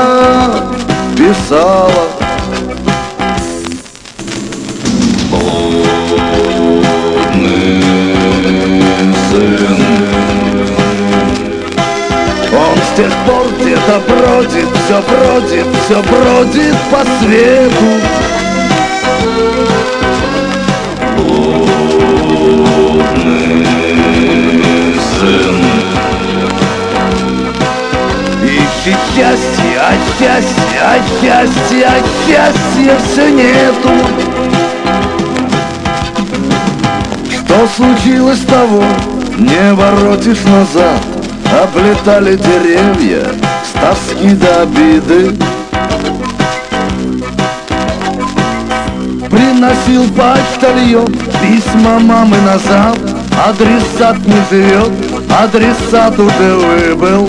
писала. Он с тех пор где-то бродит, все бродит по свету. Блудный сын. Ищет счастье, а счастья все нету. Что случилось того, не воротишь назад. Облетали деревья с тоски до обиды. Приносил почтальон письма мамы назад. Адресат не живет, адресат уже выбыл.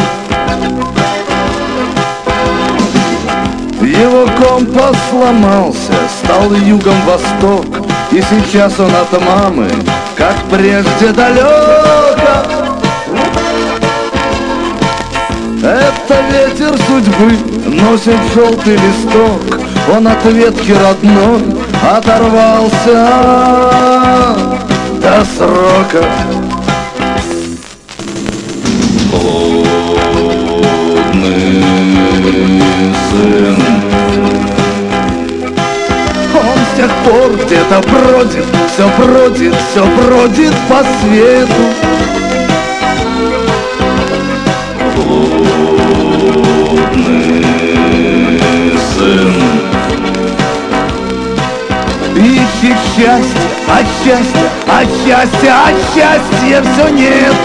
Его компас сломался, стал югом-восток. И сейчас он от мамы, как прежде, далеко. Это ветер судьбы носит желтый листок. Он от ветки родной оторвался до срока. Блудный сын. Он с тех пор где-то бродит, все бродит по свету. Сын. Ищет счастье, а счастья все нету.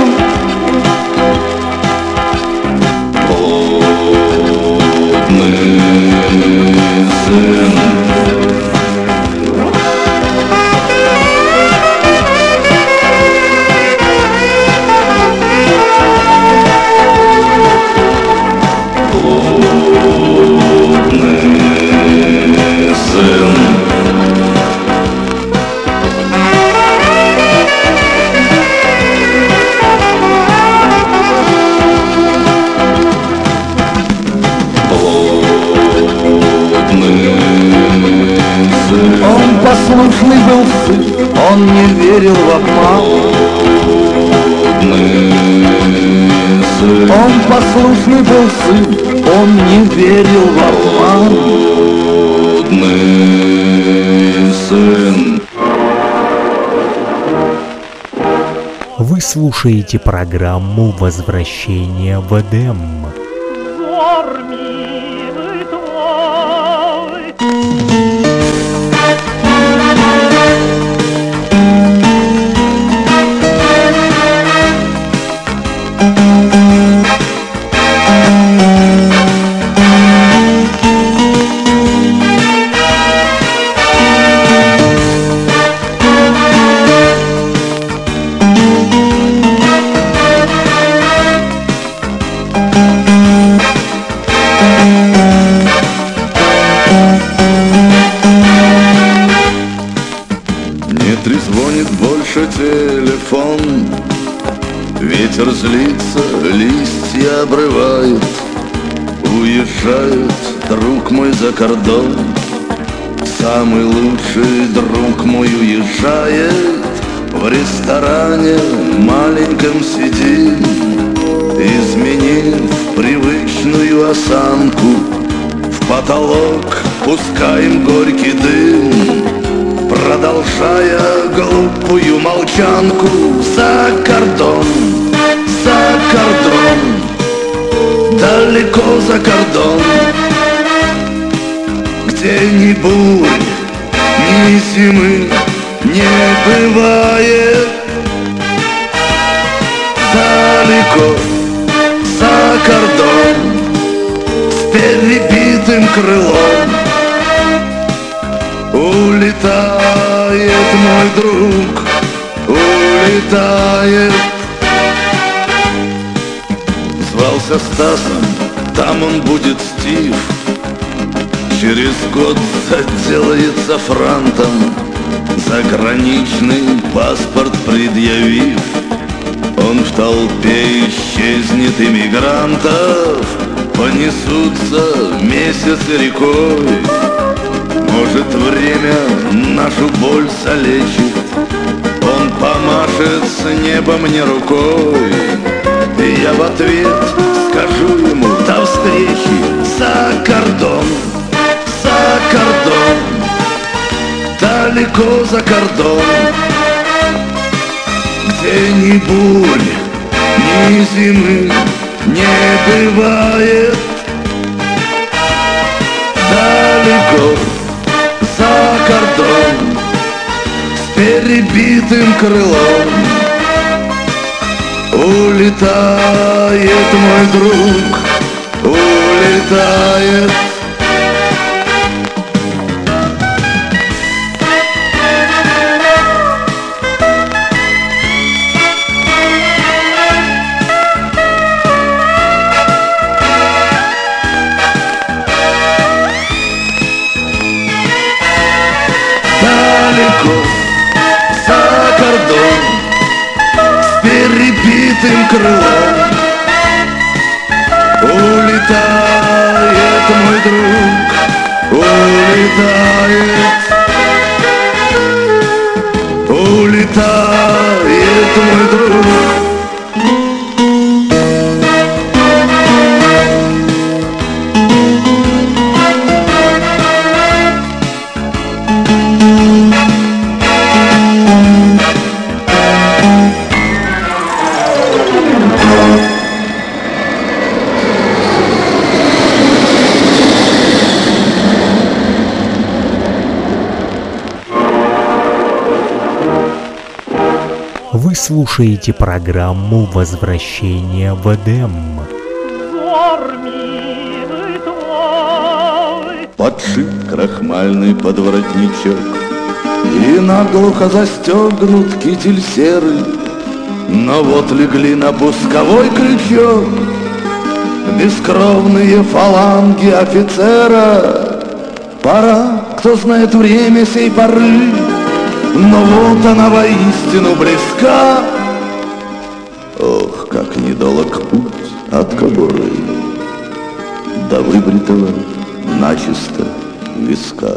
Блудный сын. Он послушный был сын, он не верил в обман. Он послушный был сын, он не верил в обман. Блудный сын. Вы слушаете программу «Возвращение в Эдем». Телефон, ветер злится, листья обрывает. Уезжает друг мой за кордон. Самый лучший друг мой уезжает. В ресторане маленьком сидим, изменив привычную осанку. В потолок пускаем горький дым, продолжая глупую молчанку. За кордон, далеко за кордон, где где ни бурь, ни зимы не бывает. Далеко за кордон с перебитым крылом улетает мой друг, улетает. Звался Стасом, там он будет Стив. Через год заделается франтом, заграничный паспорт предъявив. Он в толпе исчезнет иммигрантов, понесутся месяцы рекой. Может, время нашу боль залечит, он помашет с неба мне рукой. И я в ответ скажу ему: до встречи, за кордон, за кордон, далеко за кордон, где ни бурь, ни зимы не бывает. Далеко за кордон с перебитым крылом улетает мой друг, улетает. Далеко за кордон с перебитым крылом улетает мой друг, улетает, улетает мой друг. Вы слушаете программу «Возвращение в Эдем». Подшит крахмальный подворотничок и наглухо застегнут китель серый. Но вот легли на пусковой крючок бескровные фаланги офицера. Пора, кто знает время сей поры, но вот она воистину близка. Ох, как недолог путь от кобуры до выбритого начисто виска.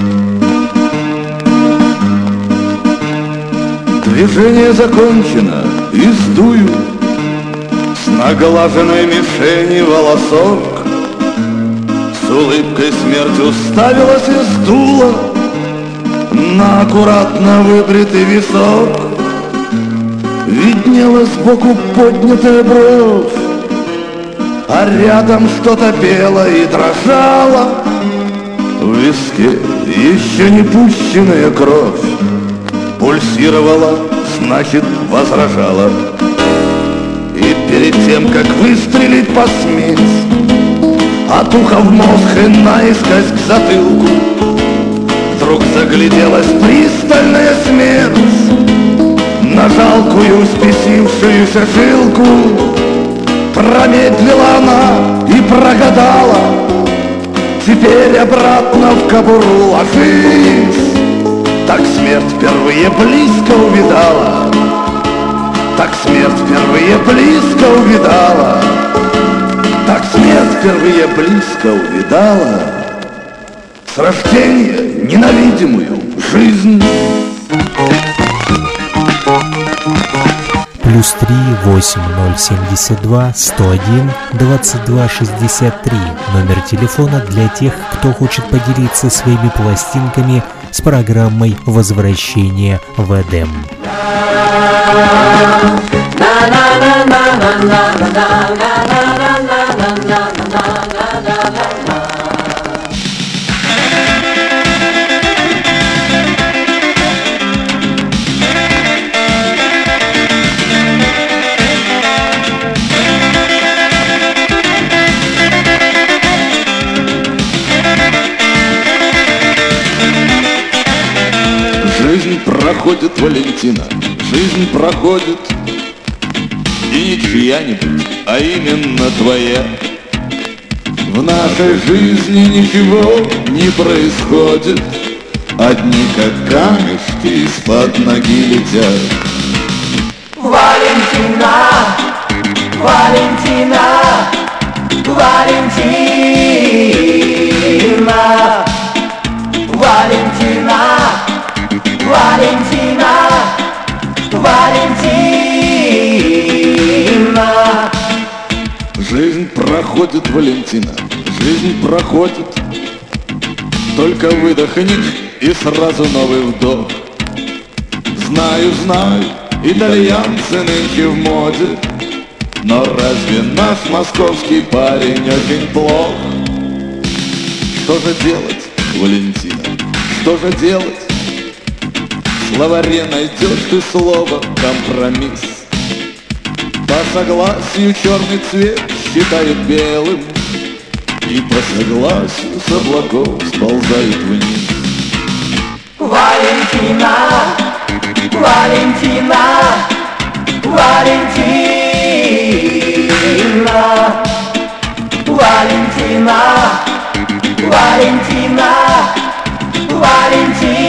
Движение закончено, и сдую с наглаженной мишени волосок. С улыбкой смерть уставилась и сдула на аккуратно выбритый висок. Виднелась сбоку поднятая бровь, а рядом что-то пело и дрожало. В виске еще не пущенная кровь пульсировала, значит, возражала. И перед тем, как выстрелить, посметь от уха в мозг и наискось к затылку, вдруг загляделась пристальная смерть на жалкую спесившуюся жилку. Промедлила она и прогадала: теперь обратно в кобуру ложись. Так смерть впервые близко увидала, так смерть впервые близко увидала, так смерть впервые близко увидала с рождения ненавидимую жизнь. +3 8072 101 22 63. Номер телефона для тех, кто хочет поделиться своими пластинками с программой «Возвращение в Эдем». Жизнь проходит, Валентина, жизнь проходит, и не чья-нибудь, а именно твоя. В нашей жизни ничего не происходит, одни как камешки из-под ноги летят. Валентина, Валентина, Валентина, Валентина, Валентина, Валентина. Жизнь проходит, Валентина, жизнь проходит. Только выдохнешь и сразу новый вдох. Знаю, знаю, итальянцы нынче в моде, но разве наш московский парень очень плох? Что же делать, Валентина, что же делать? В словаре найдешь ты слово «компромисс». По согласию черный цвет считают белым, и по согласию с облаков сползает вниз. Валентина, Валентина, Валентина, Валентина, Валентина, Валентина.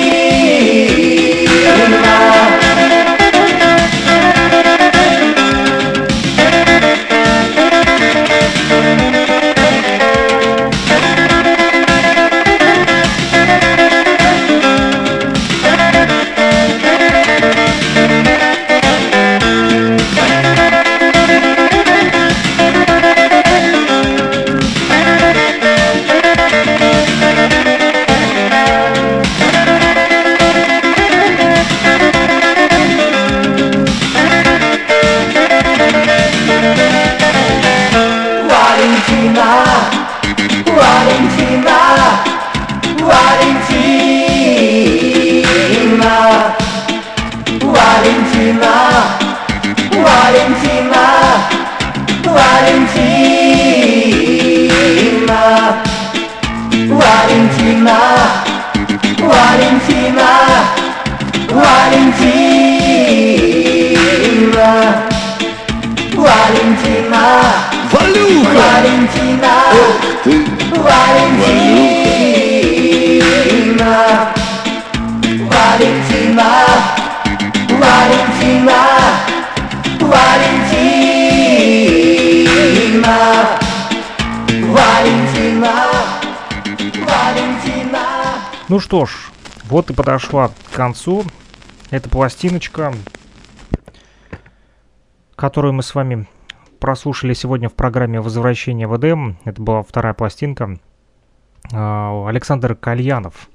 Ну что ж, вот и подошла к концу эта пластиночка, которую мы с вами прослушали сегодня в программе «Возвращение в Эдем». Это была вторая пластинка. Александр Кальянов.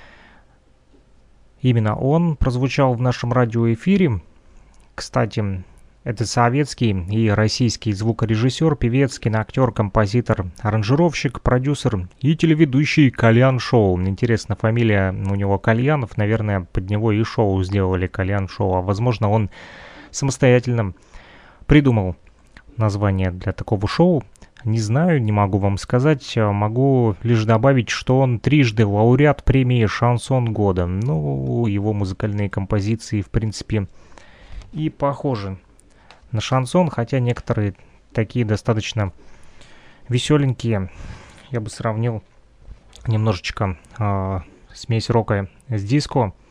Именно он прозвучал в нашем радиоэфире. Кстати, это советский и российский звукорежиссер, певец, киноактер, композитор, аранжировщик, продюсер и телеведущий Кальян Шоу. Интересно, фамилия у него Кальянов, наверное, под него и шоу сделали, Кальян Шоу. А возможно, он самостоятельно придумал название для такого шоу. Не знаю, не могу вам сказать. Могу лишь добавить, что он трижды лауреат премии «Шансон года». Ну, его музыкальные композиции, в принципе, и похожи на шансон, хотя некоторые такие достаточно веселенькие. Я бы сравнил немножечко смесь рока с диско.